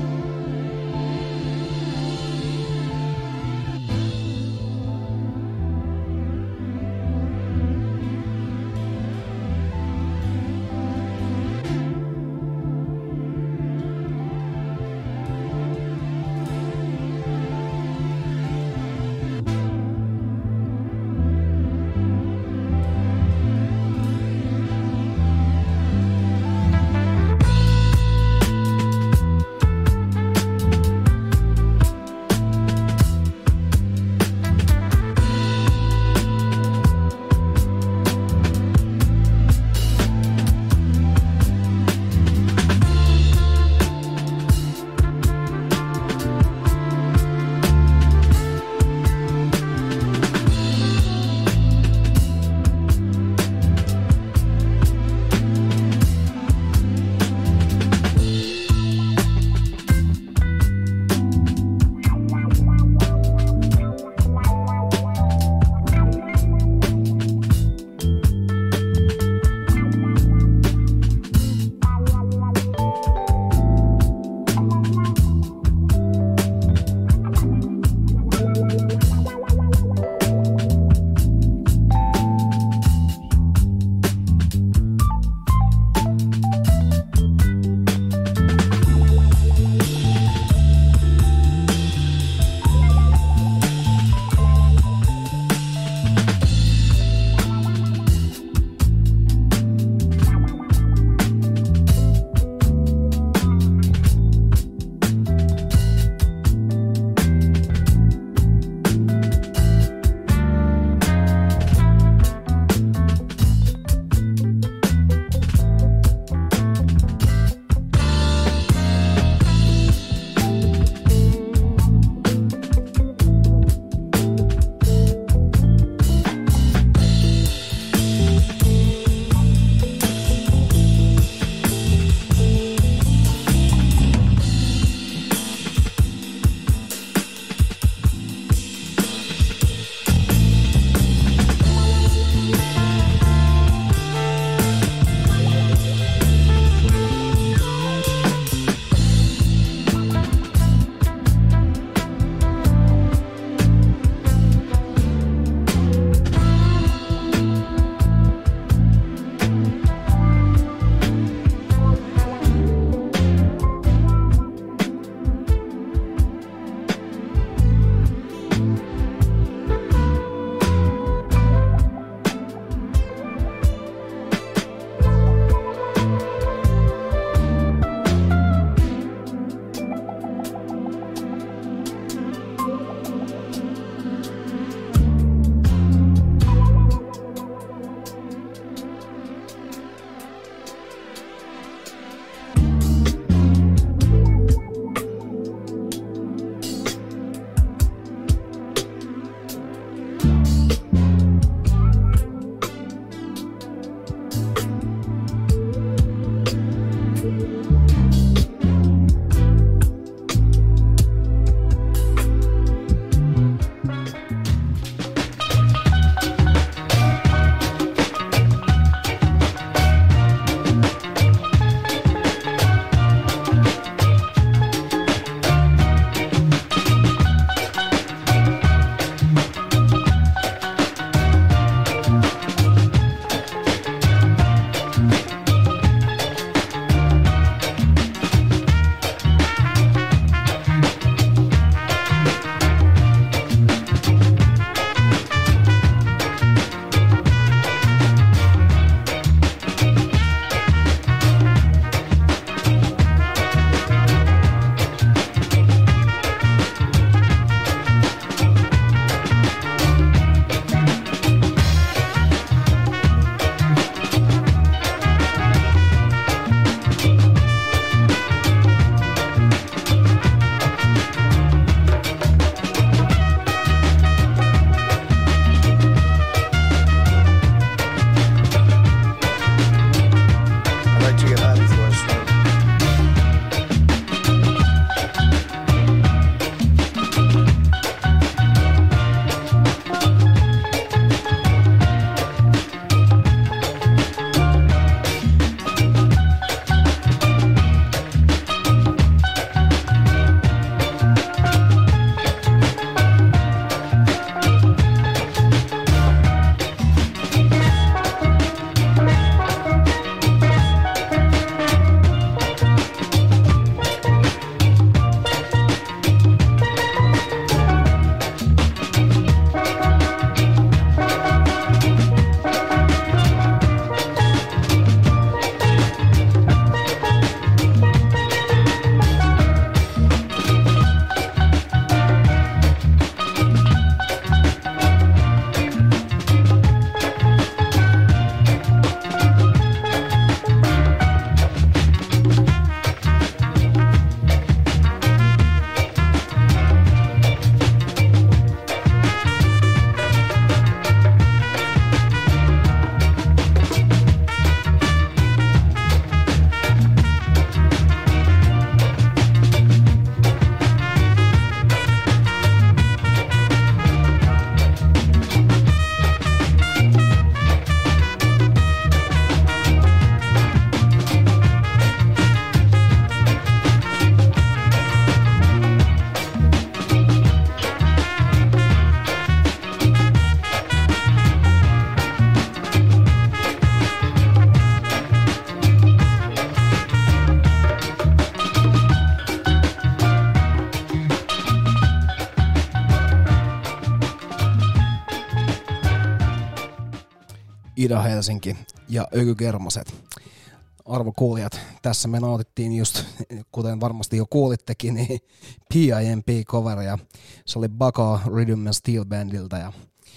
Speaker 6: Ida-Helsinki ja Ökygermaset. Arvokuulijat, tässä me nautittiin just, kuten varmasti jo kuulittekin, niin PIMP-coveria. Se oli Baka Rhythm and Steel Bandilta ja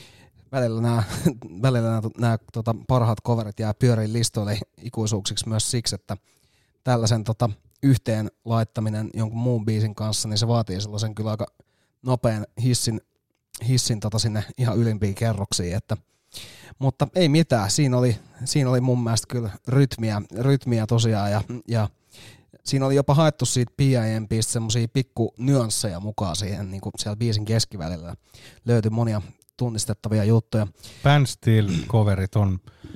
Speaker 6: välillä nämä parhaat coverit jää pyöriin listoille ikuisuuksiksi myös siksi, että tällaisen yhteen laittaminen jonkun muun biisin kanssa, niin se vaatii sellaisen kyllä aika nopean hissin sinne ihan ylimpiin kerroksiin, mutta ei mitään, siinä oli mun mielestä kyllä rytmiä tosiaan ja siinä oli jopa haettu siitä PIMPistä semmosia pikku nyansseja mukaan siihen niin kuin siellä biisin keskivälillä. Löytyi monia tunnistettavia juttuja.
Speaker 7: Band Steel-coverit on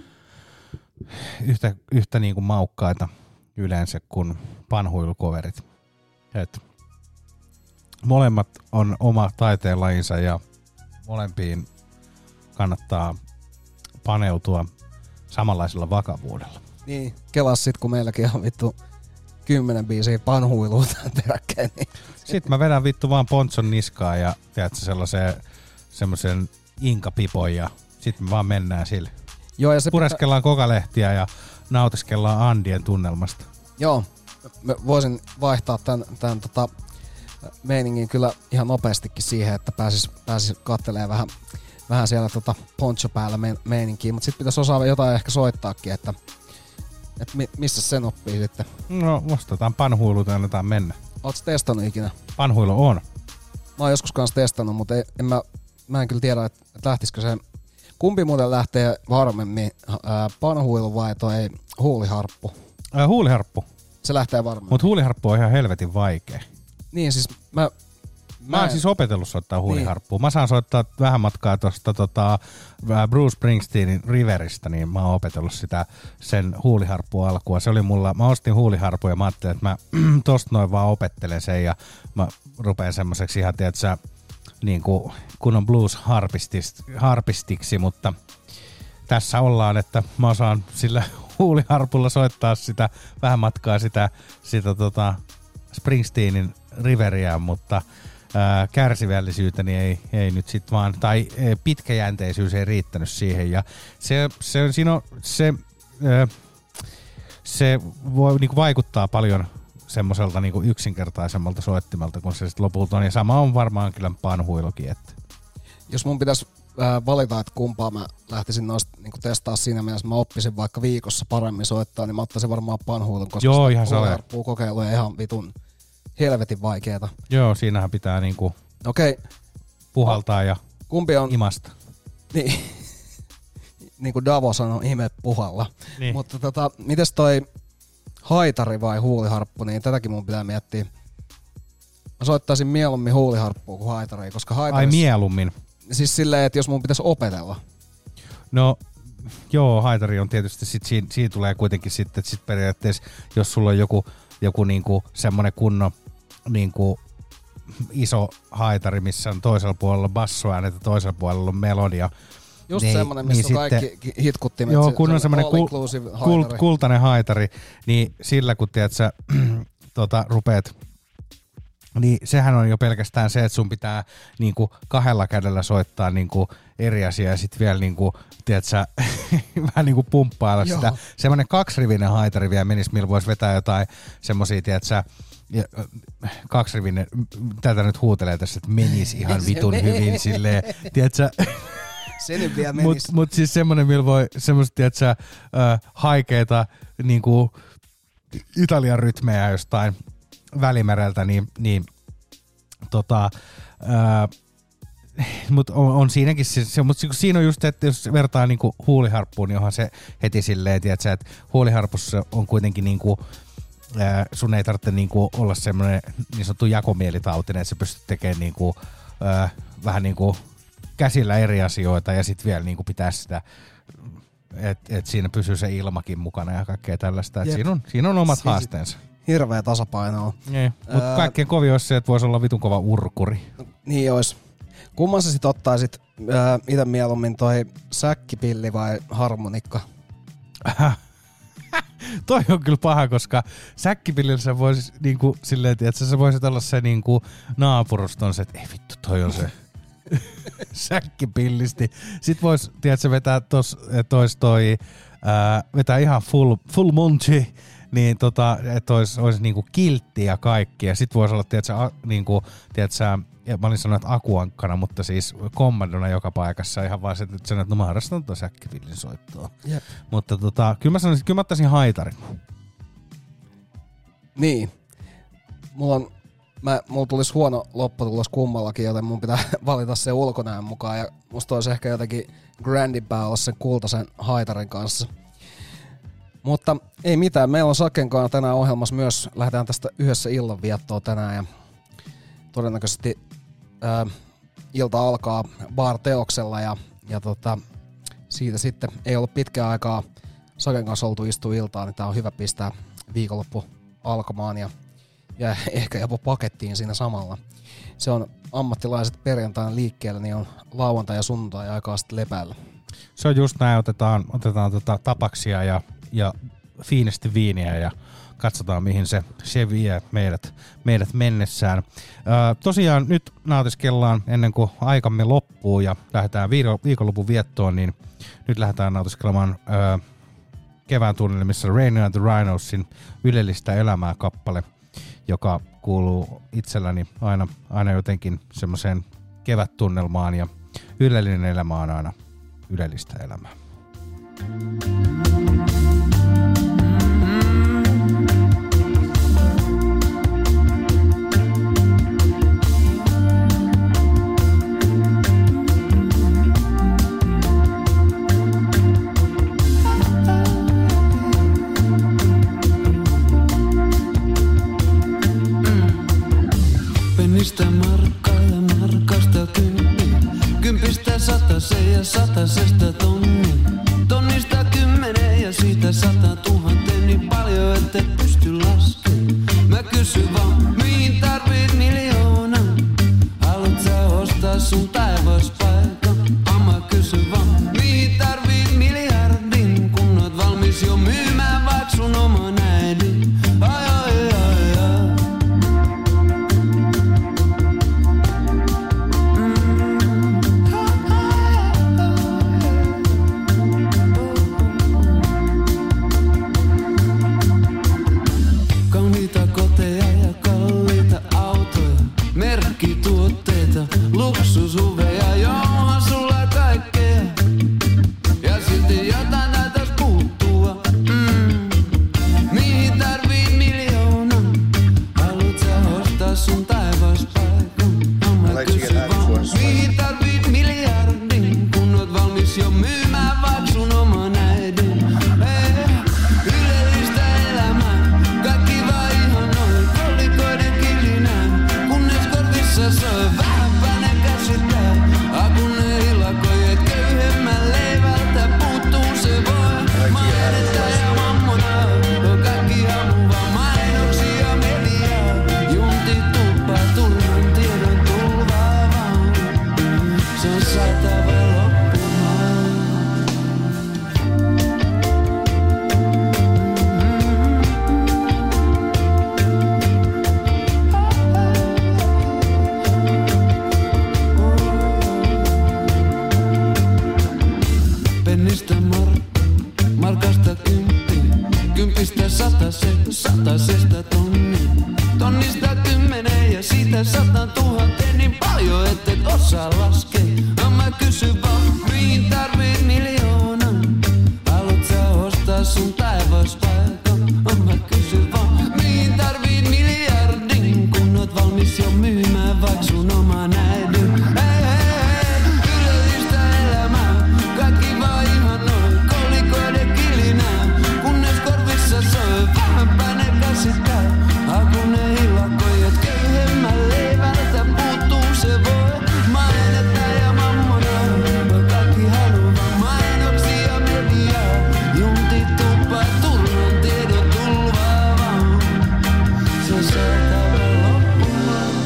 Speaker 7: yhtä niin kuin maukkaita yleensä kuin panhuilucoverit. Et molemmat on oma taiteenlajinsa ja molempiin kannattaa paneutua samanlaisella vakavuudella.
Speaker 6: Niin, kelas sit kun meilläkin on vittu 10 biisiä panhuilua peräkkäin. Niin.
Speaker 7: Sitten mä vedän vittu vaan pontson niskaan ja tiedätkö semmoisen inkapipon ja sitten me vaan mennään sille.
Speaker 6: Joo, ja se
Speaker 7: pureskellaan kokalehtiä ja nautiskellaan Andien tunnelmasta.
Speaker 6: Joo, mä voisin vaihtaa tämän meiningin kyllä ihan nopeastikin siihen, että pääsis kattelemaan vähän siellä poncho päällä meininkiä, mutta sitten pitäisi osaa jotain ehkä soittaakin, että missä sen oppii sitten.
Speaker 7: No, ostetaan panhuilut ja annetaan mennä.
Speaker 6: Ootko testannut ikinä?
Speaker 7: Panhuilu on.
Speaker 6: Mä oon joskus kanssa testannut, mutta mä en kyllä tiedä, että lähtisikö se. Kumpi muuten lähtee varmemmin, panhuilu vai toi huuliharppu?
Speaker 7: Huuliharppu.
Speaker 6: Se lähtee varmemmin.
Speaker 7: Mutta huuliharppu on ihan helvetin vaikea.
Speaker 6: Niin siis
Speaker 7: Mä oon siis opetellut soittaa huuliharppua. Niin. Mä saan soittaa vähän matkaa tuosta Bruce Springsteenin Riveristä, niin mä oon opetellut sen huuliharppua alkua. Se oli mulla, mä ostin huuliharpua ja mä ajattelin, että mä tosta noin vaan opettelen sen ja mä rupean semmoiseksi ihan, tiedätkö, niin kuin kunnon blues-harpistiksi, mutta tässä ollaan, että mä osaan sillä huuliharpulla soittaa sitä vähän matkaa sitä Springsteenin Riveriä, mutta kärsivällisyyteni ei nyt sit vaan, tai pitkäjänteisyys ei riittänyt siihen, ja se voi niinku vaikuttaa paljon semmoiselta niinku yksinkertaisemmalta soittimelta, kun se sit lopulta on, ja sama on varmaan kyllä panhuilukin. Että.
Speaker 6: Jos mun pitäisi valita, että kumpaa mä lähtisin noista niinku testaa siinä mielessä, mä oppisin vaikka viikossa paremmin soittaa, niin mä ottaisin varmaan panhuilun, koska huuliharppua kokeilu on ihan vitun helvetin vaikeeta.
Speaker 7: Joo, siinähän pitää niinku puhaltaa ja
Speaker 6: kumpi on
Speaker 7: imasta.
Speaker 6: Niin kuin Davo sanoi, ime puhalla.
Speaker 7: Niin.
Speaker 6: Mutta mites toi haitari vai huuliharppu, niin tätäkin mun pitää miettiä. Mä soittaisin mieluummin huuliharppua kuin haitaria, koska
Speaker 7: Ai mieluummin?
Speaker 6: Siis silleen, että jos mun pitäisi opetella.
Speaker 7: No joo, haitari on tietysti, siinä tulee kuitenkin sitten, että sit periaatteessa, jos sulla on joku niinku semmonen kunnon niinku iso haitari, missä on toisella puolella bassoäänet ja toisella puolella on melodia.
Speaker 6: Just niin, semmonen, missä niin on kaikki hitkuttimet.
Speaker 7: Joo, kun on semmonen kultainen haitari, niin sillä kun tiedät sä rupeat, niin sehän on jo pelkästään se, että sun pitää niinku kahdella kädellä soittaa niinku eri asia ja sit vielä niinku, tiedät sä, vähän niinku pumppailla Joo. sitä. Semmonen kaksirivinen haitari vielä menisi, millä voisi vetää jotain semmosia, tiedät sä, kaksirivinen, tätä nyt huutelee tässä, että menisi ihan vitun hyvin silleen, tiedät sä.
Speaker 6: Se nyt vielä menisi.
Speaker 7: Mut siis semmonen, millä voi semmoset, tiedät sä, haikeita niinku Italian rytmejä jostain Välimereltä, niin mutta on siinäkin mutta siinä on just, että jos vertaa niinku huuliharppuun, niin onhan se heti silleen, tiedätkö, että huuliharpussa on kuitenkin niinku, sun ei tarvitse niinku olla semmoinen niin sanottu jakomielitautinen, että sä pystyt tekemään niinku, vähän niinku käsillä eri asioita ja sitten vielä niinku pitää sitä, että siinä pysyy se ilmakin mukana ja kaikkea tällaista. Siinä on omat haasteensa.
Speaker 6: Hirveä tasapaino on.
Speaker 7: Niin, mutta kaikkein kovin olisi se, että voisi olla vitun kova urkuri.
Speaker 6: Niin olisi. Kumman sä sit ottaisit ite mieluummin toi säkkipilli vai harmonikka?
Speaker 7: Toi on kyllä paha, koska säkkipillillä sä voisit niinku silleen, että sä voisit olla se niinku naapuruston se, että ei vittu, toi on se. Säkkipillisti. Sitten vois, tiedätkö, vetää vetää ihan full munchi, niin että olisi niinku kiltti ja kaikki. Ja sit voisi olla, tiedätkö, mä olin sanonut, että akuankkana, mutta siis kommandona joka paikassa. Ihan vaan se, että no mä harrastan tuota säkkipillin soittoa. Jep. Mutta kyllä mä sanoisin, että kyllä mä ottaisin haitarin.
Speaker 6: Niin. Mulla tulisi huono lopputulos kummallakin, joten mun pitää valita se ulkonäön mukaan. Ja musta olisi ehkä jotenkin grandimpää olla sen kultaisen haitarin kanssa. Mutta ei mitään, meillä on Saken kanssa tänään ohjelmassa myös. Lähdetään tästä yhdessä illanviettoon tänään. Ja todennäköisesti ilta alkaa bar-teoksella. Ja siitä sitten ei ollut pitkään aikaa Saken kanssa oltu istua iltaan, niin tää on hyvä pistää viikonloppu alkamaan ja ehkä jopa pakettiin siinä samalla. Se on ammattilaiset perjantaina liikkeellä, niin on lauantai ja sunnuntai aikaa sitten lepäillä.
Speaker 7: Se on just näin, otetaan tapaksia ja fiinesti viiniä ja katsotaan mihin se vie meidät mennessään. Tosiaan nyt nautiskellaan ennen kuin aikamme loppuu ja lähdetään viikonlopun viettoon, niin nyt lähdetään nautiskelemaan kevään tunnelmissa Rain and the Rhinosin Ylellistä elämää -kappale, joka kuuluu itselläni aina jotenkin semmoiseen kevättunnelmaan ja ylellinen elämä on aina ylellistä elämää.
Speaker 15: Pennistä markkaa ja markasta kymppiä. Kympistä sataseen ja satasesta tonni. Tonnista 10 ja siitä 100 000. Niin paljon et pysty laskemaan. Mä kysyn vaan, mihin tarvit miljoonan? Haluat sä ostaa sun taivaspaikan? Mä kysyn vaan, mihin tarvit miljardin? Kun oot valmis jo myymään vaik sun oman äidin. Ai. Luksushuveja, johon sulla kaikkea. Ja silti jotain näytäis puuttua. Mihin tarvii miljoonan? Haluut sä ostaa sun taivaspaikan? Mä kysyn vaan, mihin tarvit miljardin? Kun oot valmis jo myymään vaik sun oman äidin. Ylellistä elämää, kaikki vaan ihan noin kolikoiden kilinää. Kunnes korvissa soi vähän kun ne ilakoi, et köyhemmän leivältä puuttuu se voi. Mainetta ja mammona, kaikki hamuva mainoksia mediaa. Juntit tuppaa turhan tiedon tulvaa vaan. Se on saatava loppumaan. Pennistä markasta kymppiä. Kympistä satasesta tonni. Tonnista 10 ja siitä 100 000. Niin paljon et osaa laskea. Mä kysyn vaan, mihin tarvit miljoonan? Haluut sä ostaa sun taivaspaikan? Mä kysyn vaan, mihin tarvit miljardin? Kun oot valmis jo myymään vaik sun oman äidin. Ylellistä elämää, kaikki vaan ihan noin kolikoiden kilinää. Kunnes korvissa soi vähänpä ne käsittää. Kun ne ilakoi, et köyhemmän leivältä puuttuu se voi. Mainetta ja mammona, kaikki haluaa mainoksia mediaa. Juntit tuppaa turhan tiedon tulvaa vaan. Se saatava loppumaan.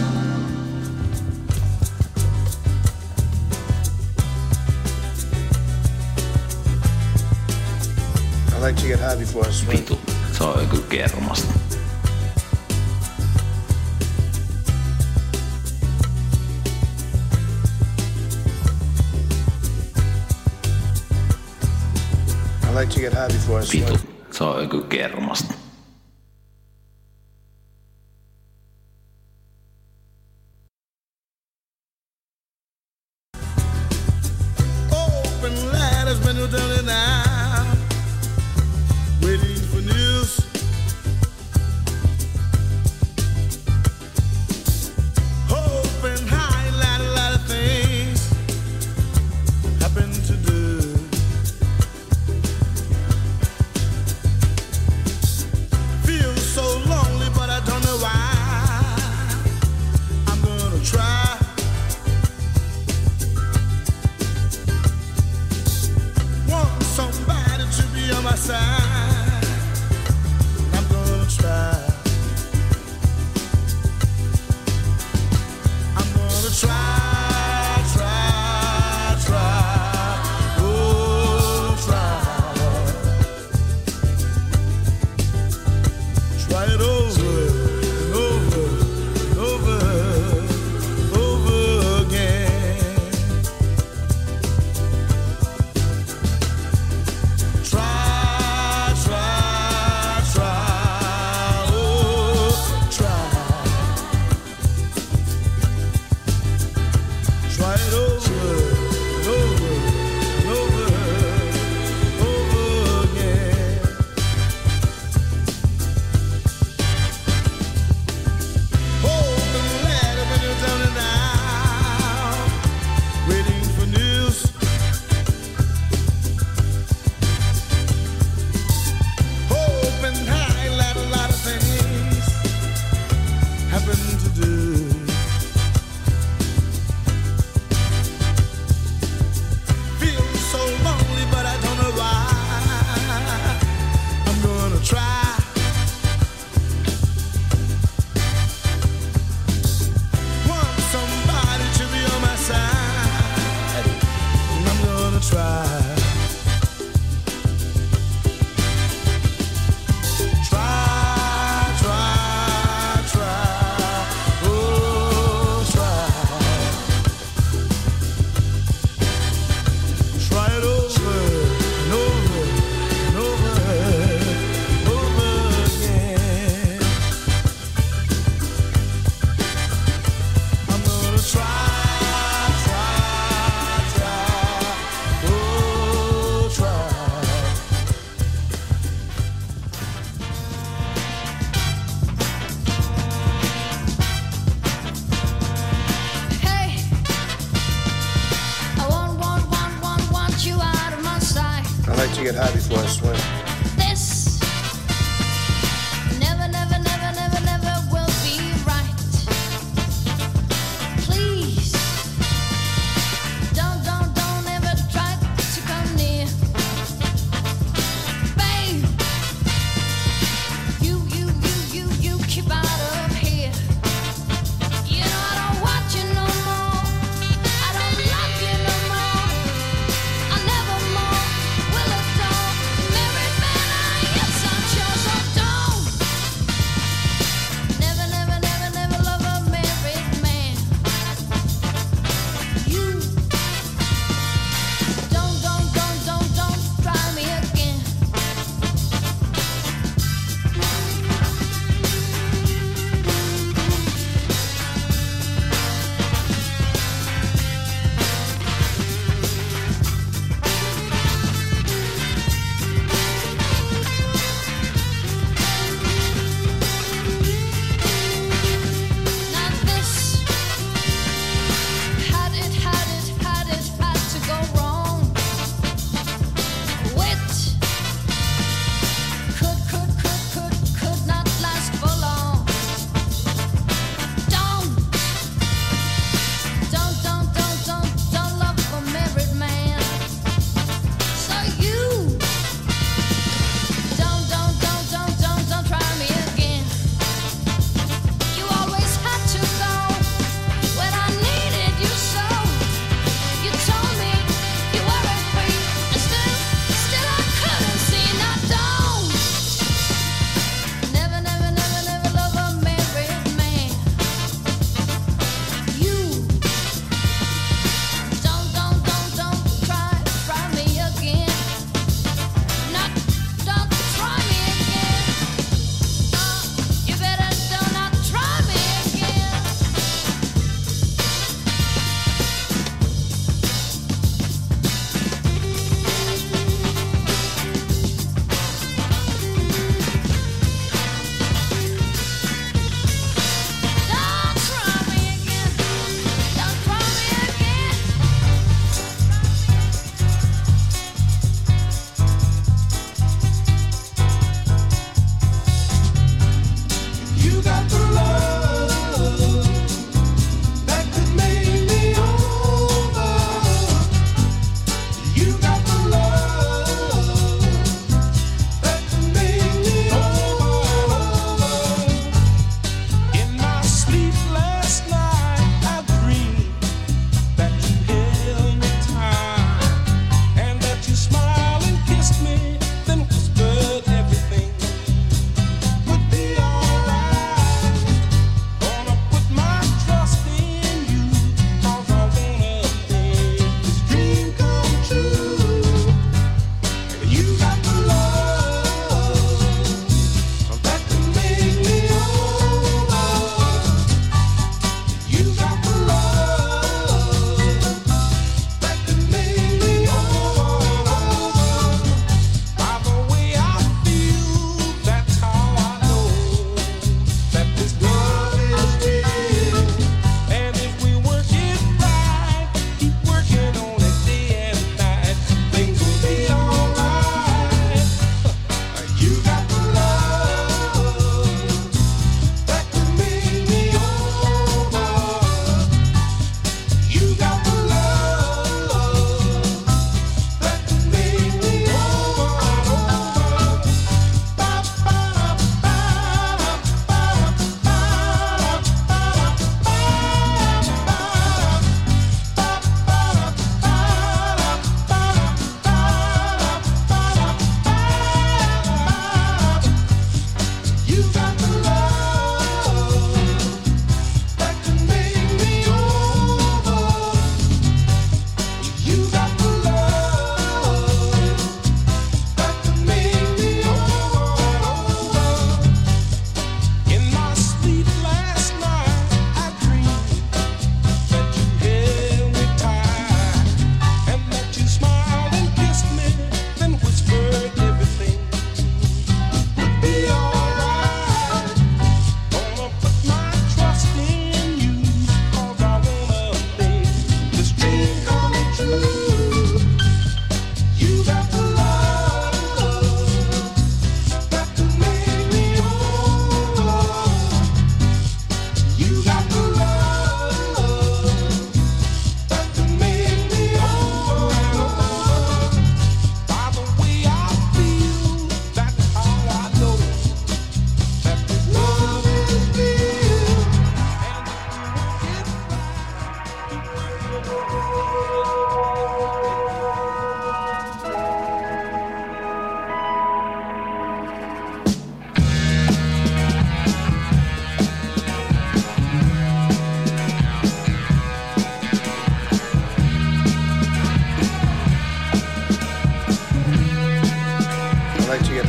Speaker 3: I like to get high before I swim.
Speaker 2: Vitu, se on joku kermasta.
Speaker 3: like to get high before I swim.
Speaker 2: Vitu, se on joku kermasta.
Speaker 12: Open letters when you're done it now. Waiting for news. Open high, a lot of things happen to do. Feel so lonely, but I don't know why. I'm gonna try. Want somebody to be on my side. I'm gonna try. I'm gonna try, oh try it over and over and over again. Try, oh try. Try it over and over again. Hold the ladder when you're down and out, waiting for news. Open high, let a lot of things happen to do. Feel so lonely, but I don't know why. I'm gonna try. Want somebody to be on my side. I'm gonna try. Oh try it over and over again. I'm gonna try, oh try.
Speaker 11: Hey, I want you out of my sight.
Speaker 3: I like to get high before I swim.
Speaker 11: This never will be right. Please, don't ever try to come near. Babe, you keep out of here. You know I don't want you no more. I don't love you no more. I never more will adore. Married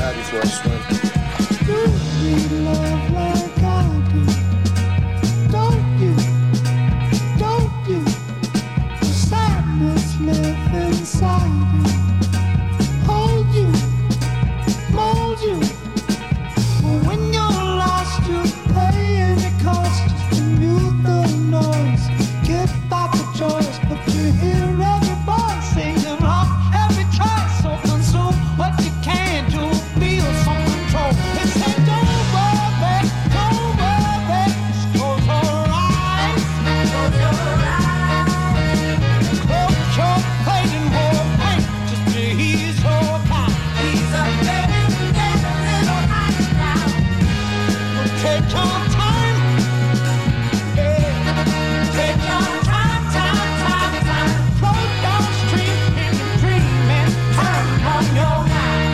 Speaker 3: high before I swim.
Speaker 1: You need love like I do. Don't you? Don't you? The sadness live inside you. Hold you, mold you. When you're lost, you pay any cost to mute the noise. Get back the choice, but you hear every voice singing off every choice. So consume what you can to feel some control. It's a don't worry, just close your eyes. Close your eyes. Close your plate and more pain just to ease your mind. Ease up, baby, get a little higher now. Take your time, yeah. Take your time. Float downstream in the dream and turn on your mind.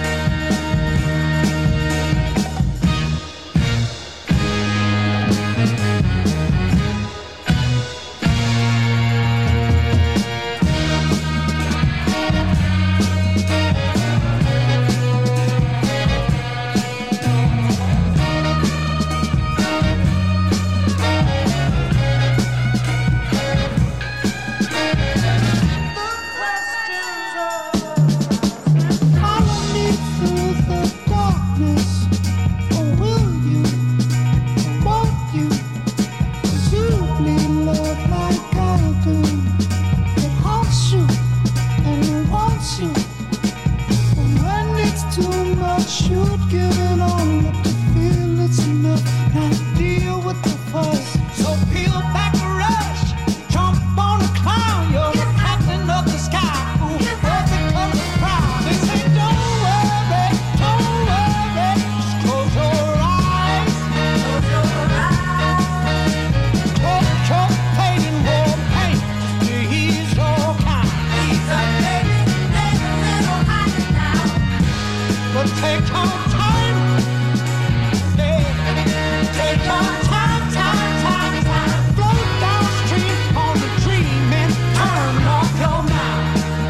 Speaker 1: Follow me through the darkness, or will you, or won't you? 'Cause you bleed love like I do. It haunts you and it wants you. But when it's too much, you'd give it all up to feel it's enough. Now deal with the fuss. So peel back the rush, jump on a clown. You're the captain of the sky. Ooh, worthy of the crowd. They say don't worry, just close your eyes. Close your eyes. Close your plate and more pain just to ease your mind. Ease up, baby, get a little higher now. But take your time, yeah. Take your time. Float downstream on the dream and turn off your mind.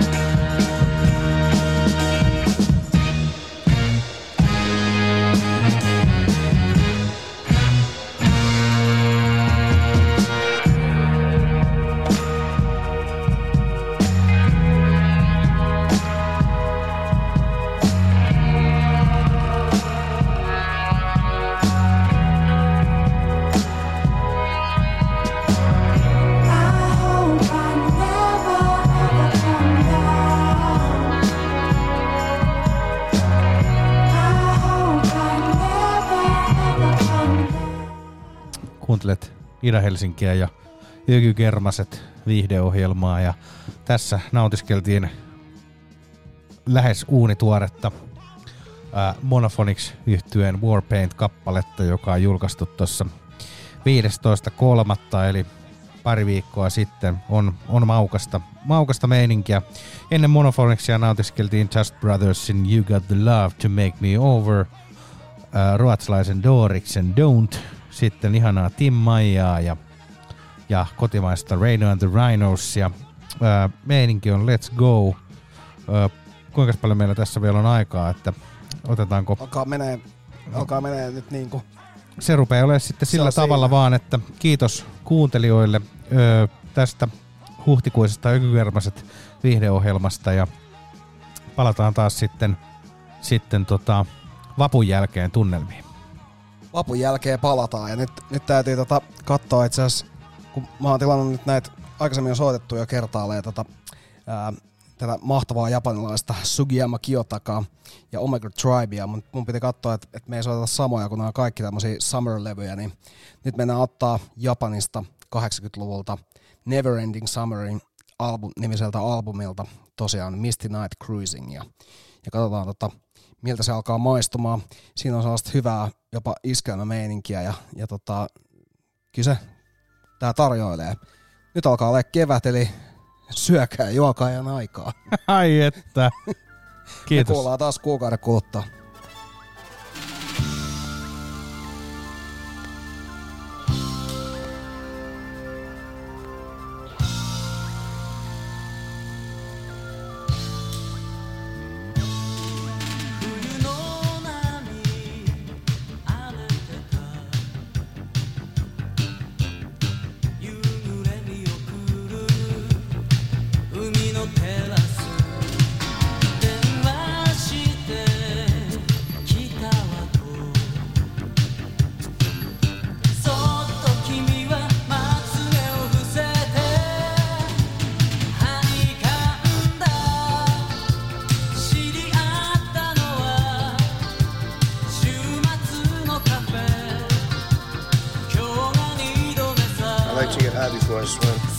Speaker 7: Kuuntelet Ida-Helsinkiä ja Yky Kermaset viihdeohjelmaa ja tässä nautiskeltiin lähes uunituoretta Monophonics -yhtyeen Warpaint-kappaletta, joka on julkaistu tuossa 15.3. eli pari viikkoa sitten. On maukasta meininkiä. Ennen Monophonicsia nautiskeltiin Just Brothersin You Got the Love to Make Me Over, ruotsalaisen Doriksen Don't, sitten ihanaa Tim Maijaa ja kotimaista Rhino and the Rhinos ja meininki on Let's Go. Kuinka paljon meillä tässä vielä on aikaa, että otetaanko...
Speaker 6: Alkaa menee nyt niinku...
Speaker 7: Se rupeaa olemaan sitten sillä tavalla vaan, että kiitos kuuntelijoille tästä huhtikuisesta Ykykermaset viihdeohjelmasta ja palataan taas sitten vapun jälkeen tunnelmiin.
Speaker 6: Vapun jälkeen palataan ja nyt täytyy katsoa itse asiassa, kun mä oon tilannut nyt näitä aikaisemmin on soitettu jo kertaalleen tätä mahtavaa japanilaista Sugiyama Kiyotakaa ja Omega Tribea, mutta mun piti katsoa, että me ei soiteta samoja, kun nämä on kaikki tämmöisiä summer-levyjä, niin nyt mennään ottaa Japanista 80-luvulta Neverending Summerin nimiseltä albumilta tosiaan Misty Night Cruising ja katsotaan miltä se alkaa maistumaan. Siinä on sellaista hyvää jopa iskelmämeininkiä ja kyllä se tää tarjoilee. Nyt alkaa olla kevät, eli syökää juokaa ajan aikaa.
Speaker 7: Ai että. Kiitos.
Speaker 6: Me kuullaan taas kuukauden kuluttua.
Speaker 1: You know
Speaker 3: I swim.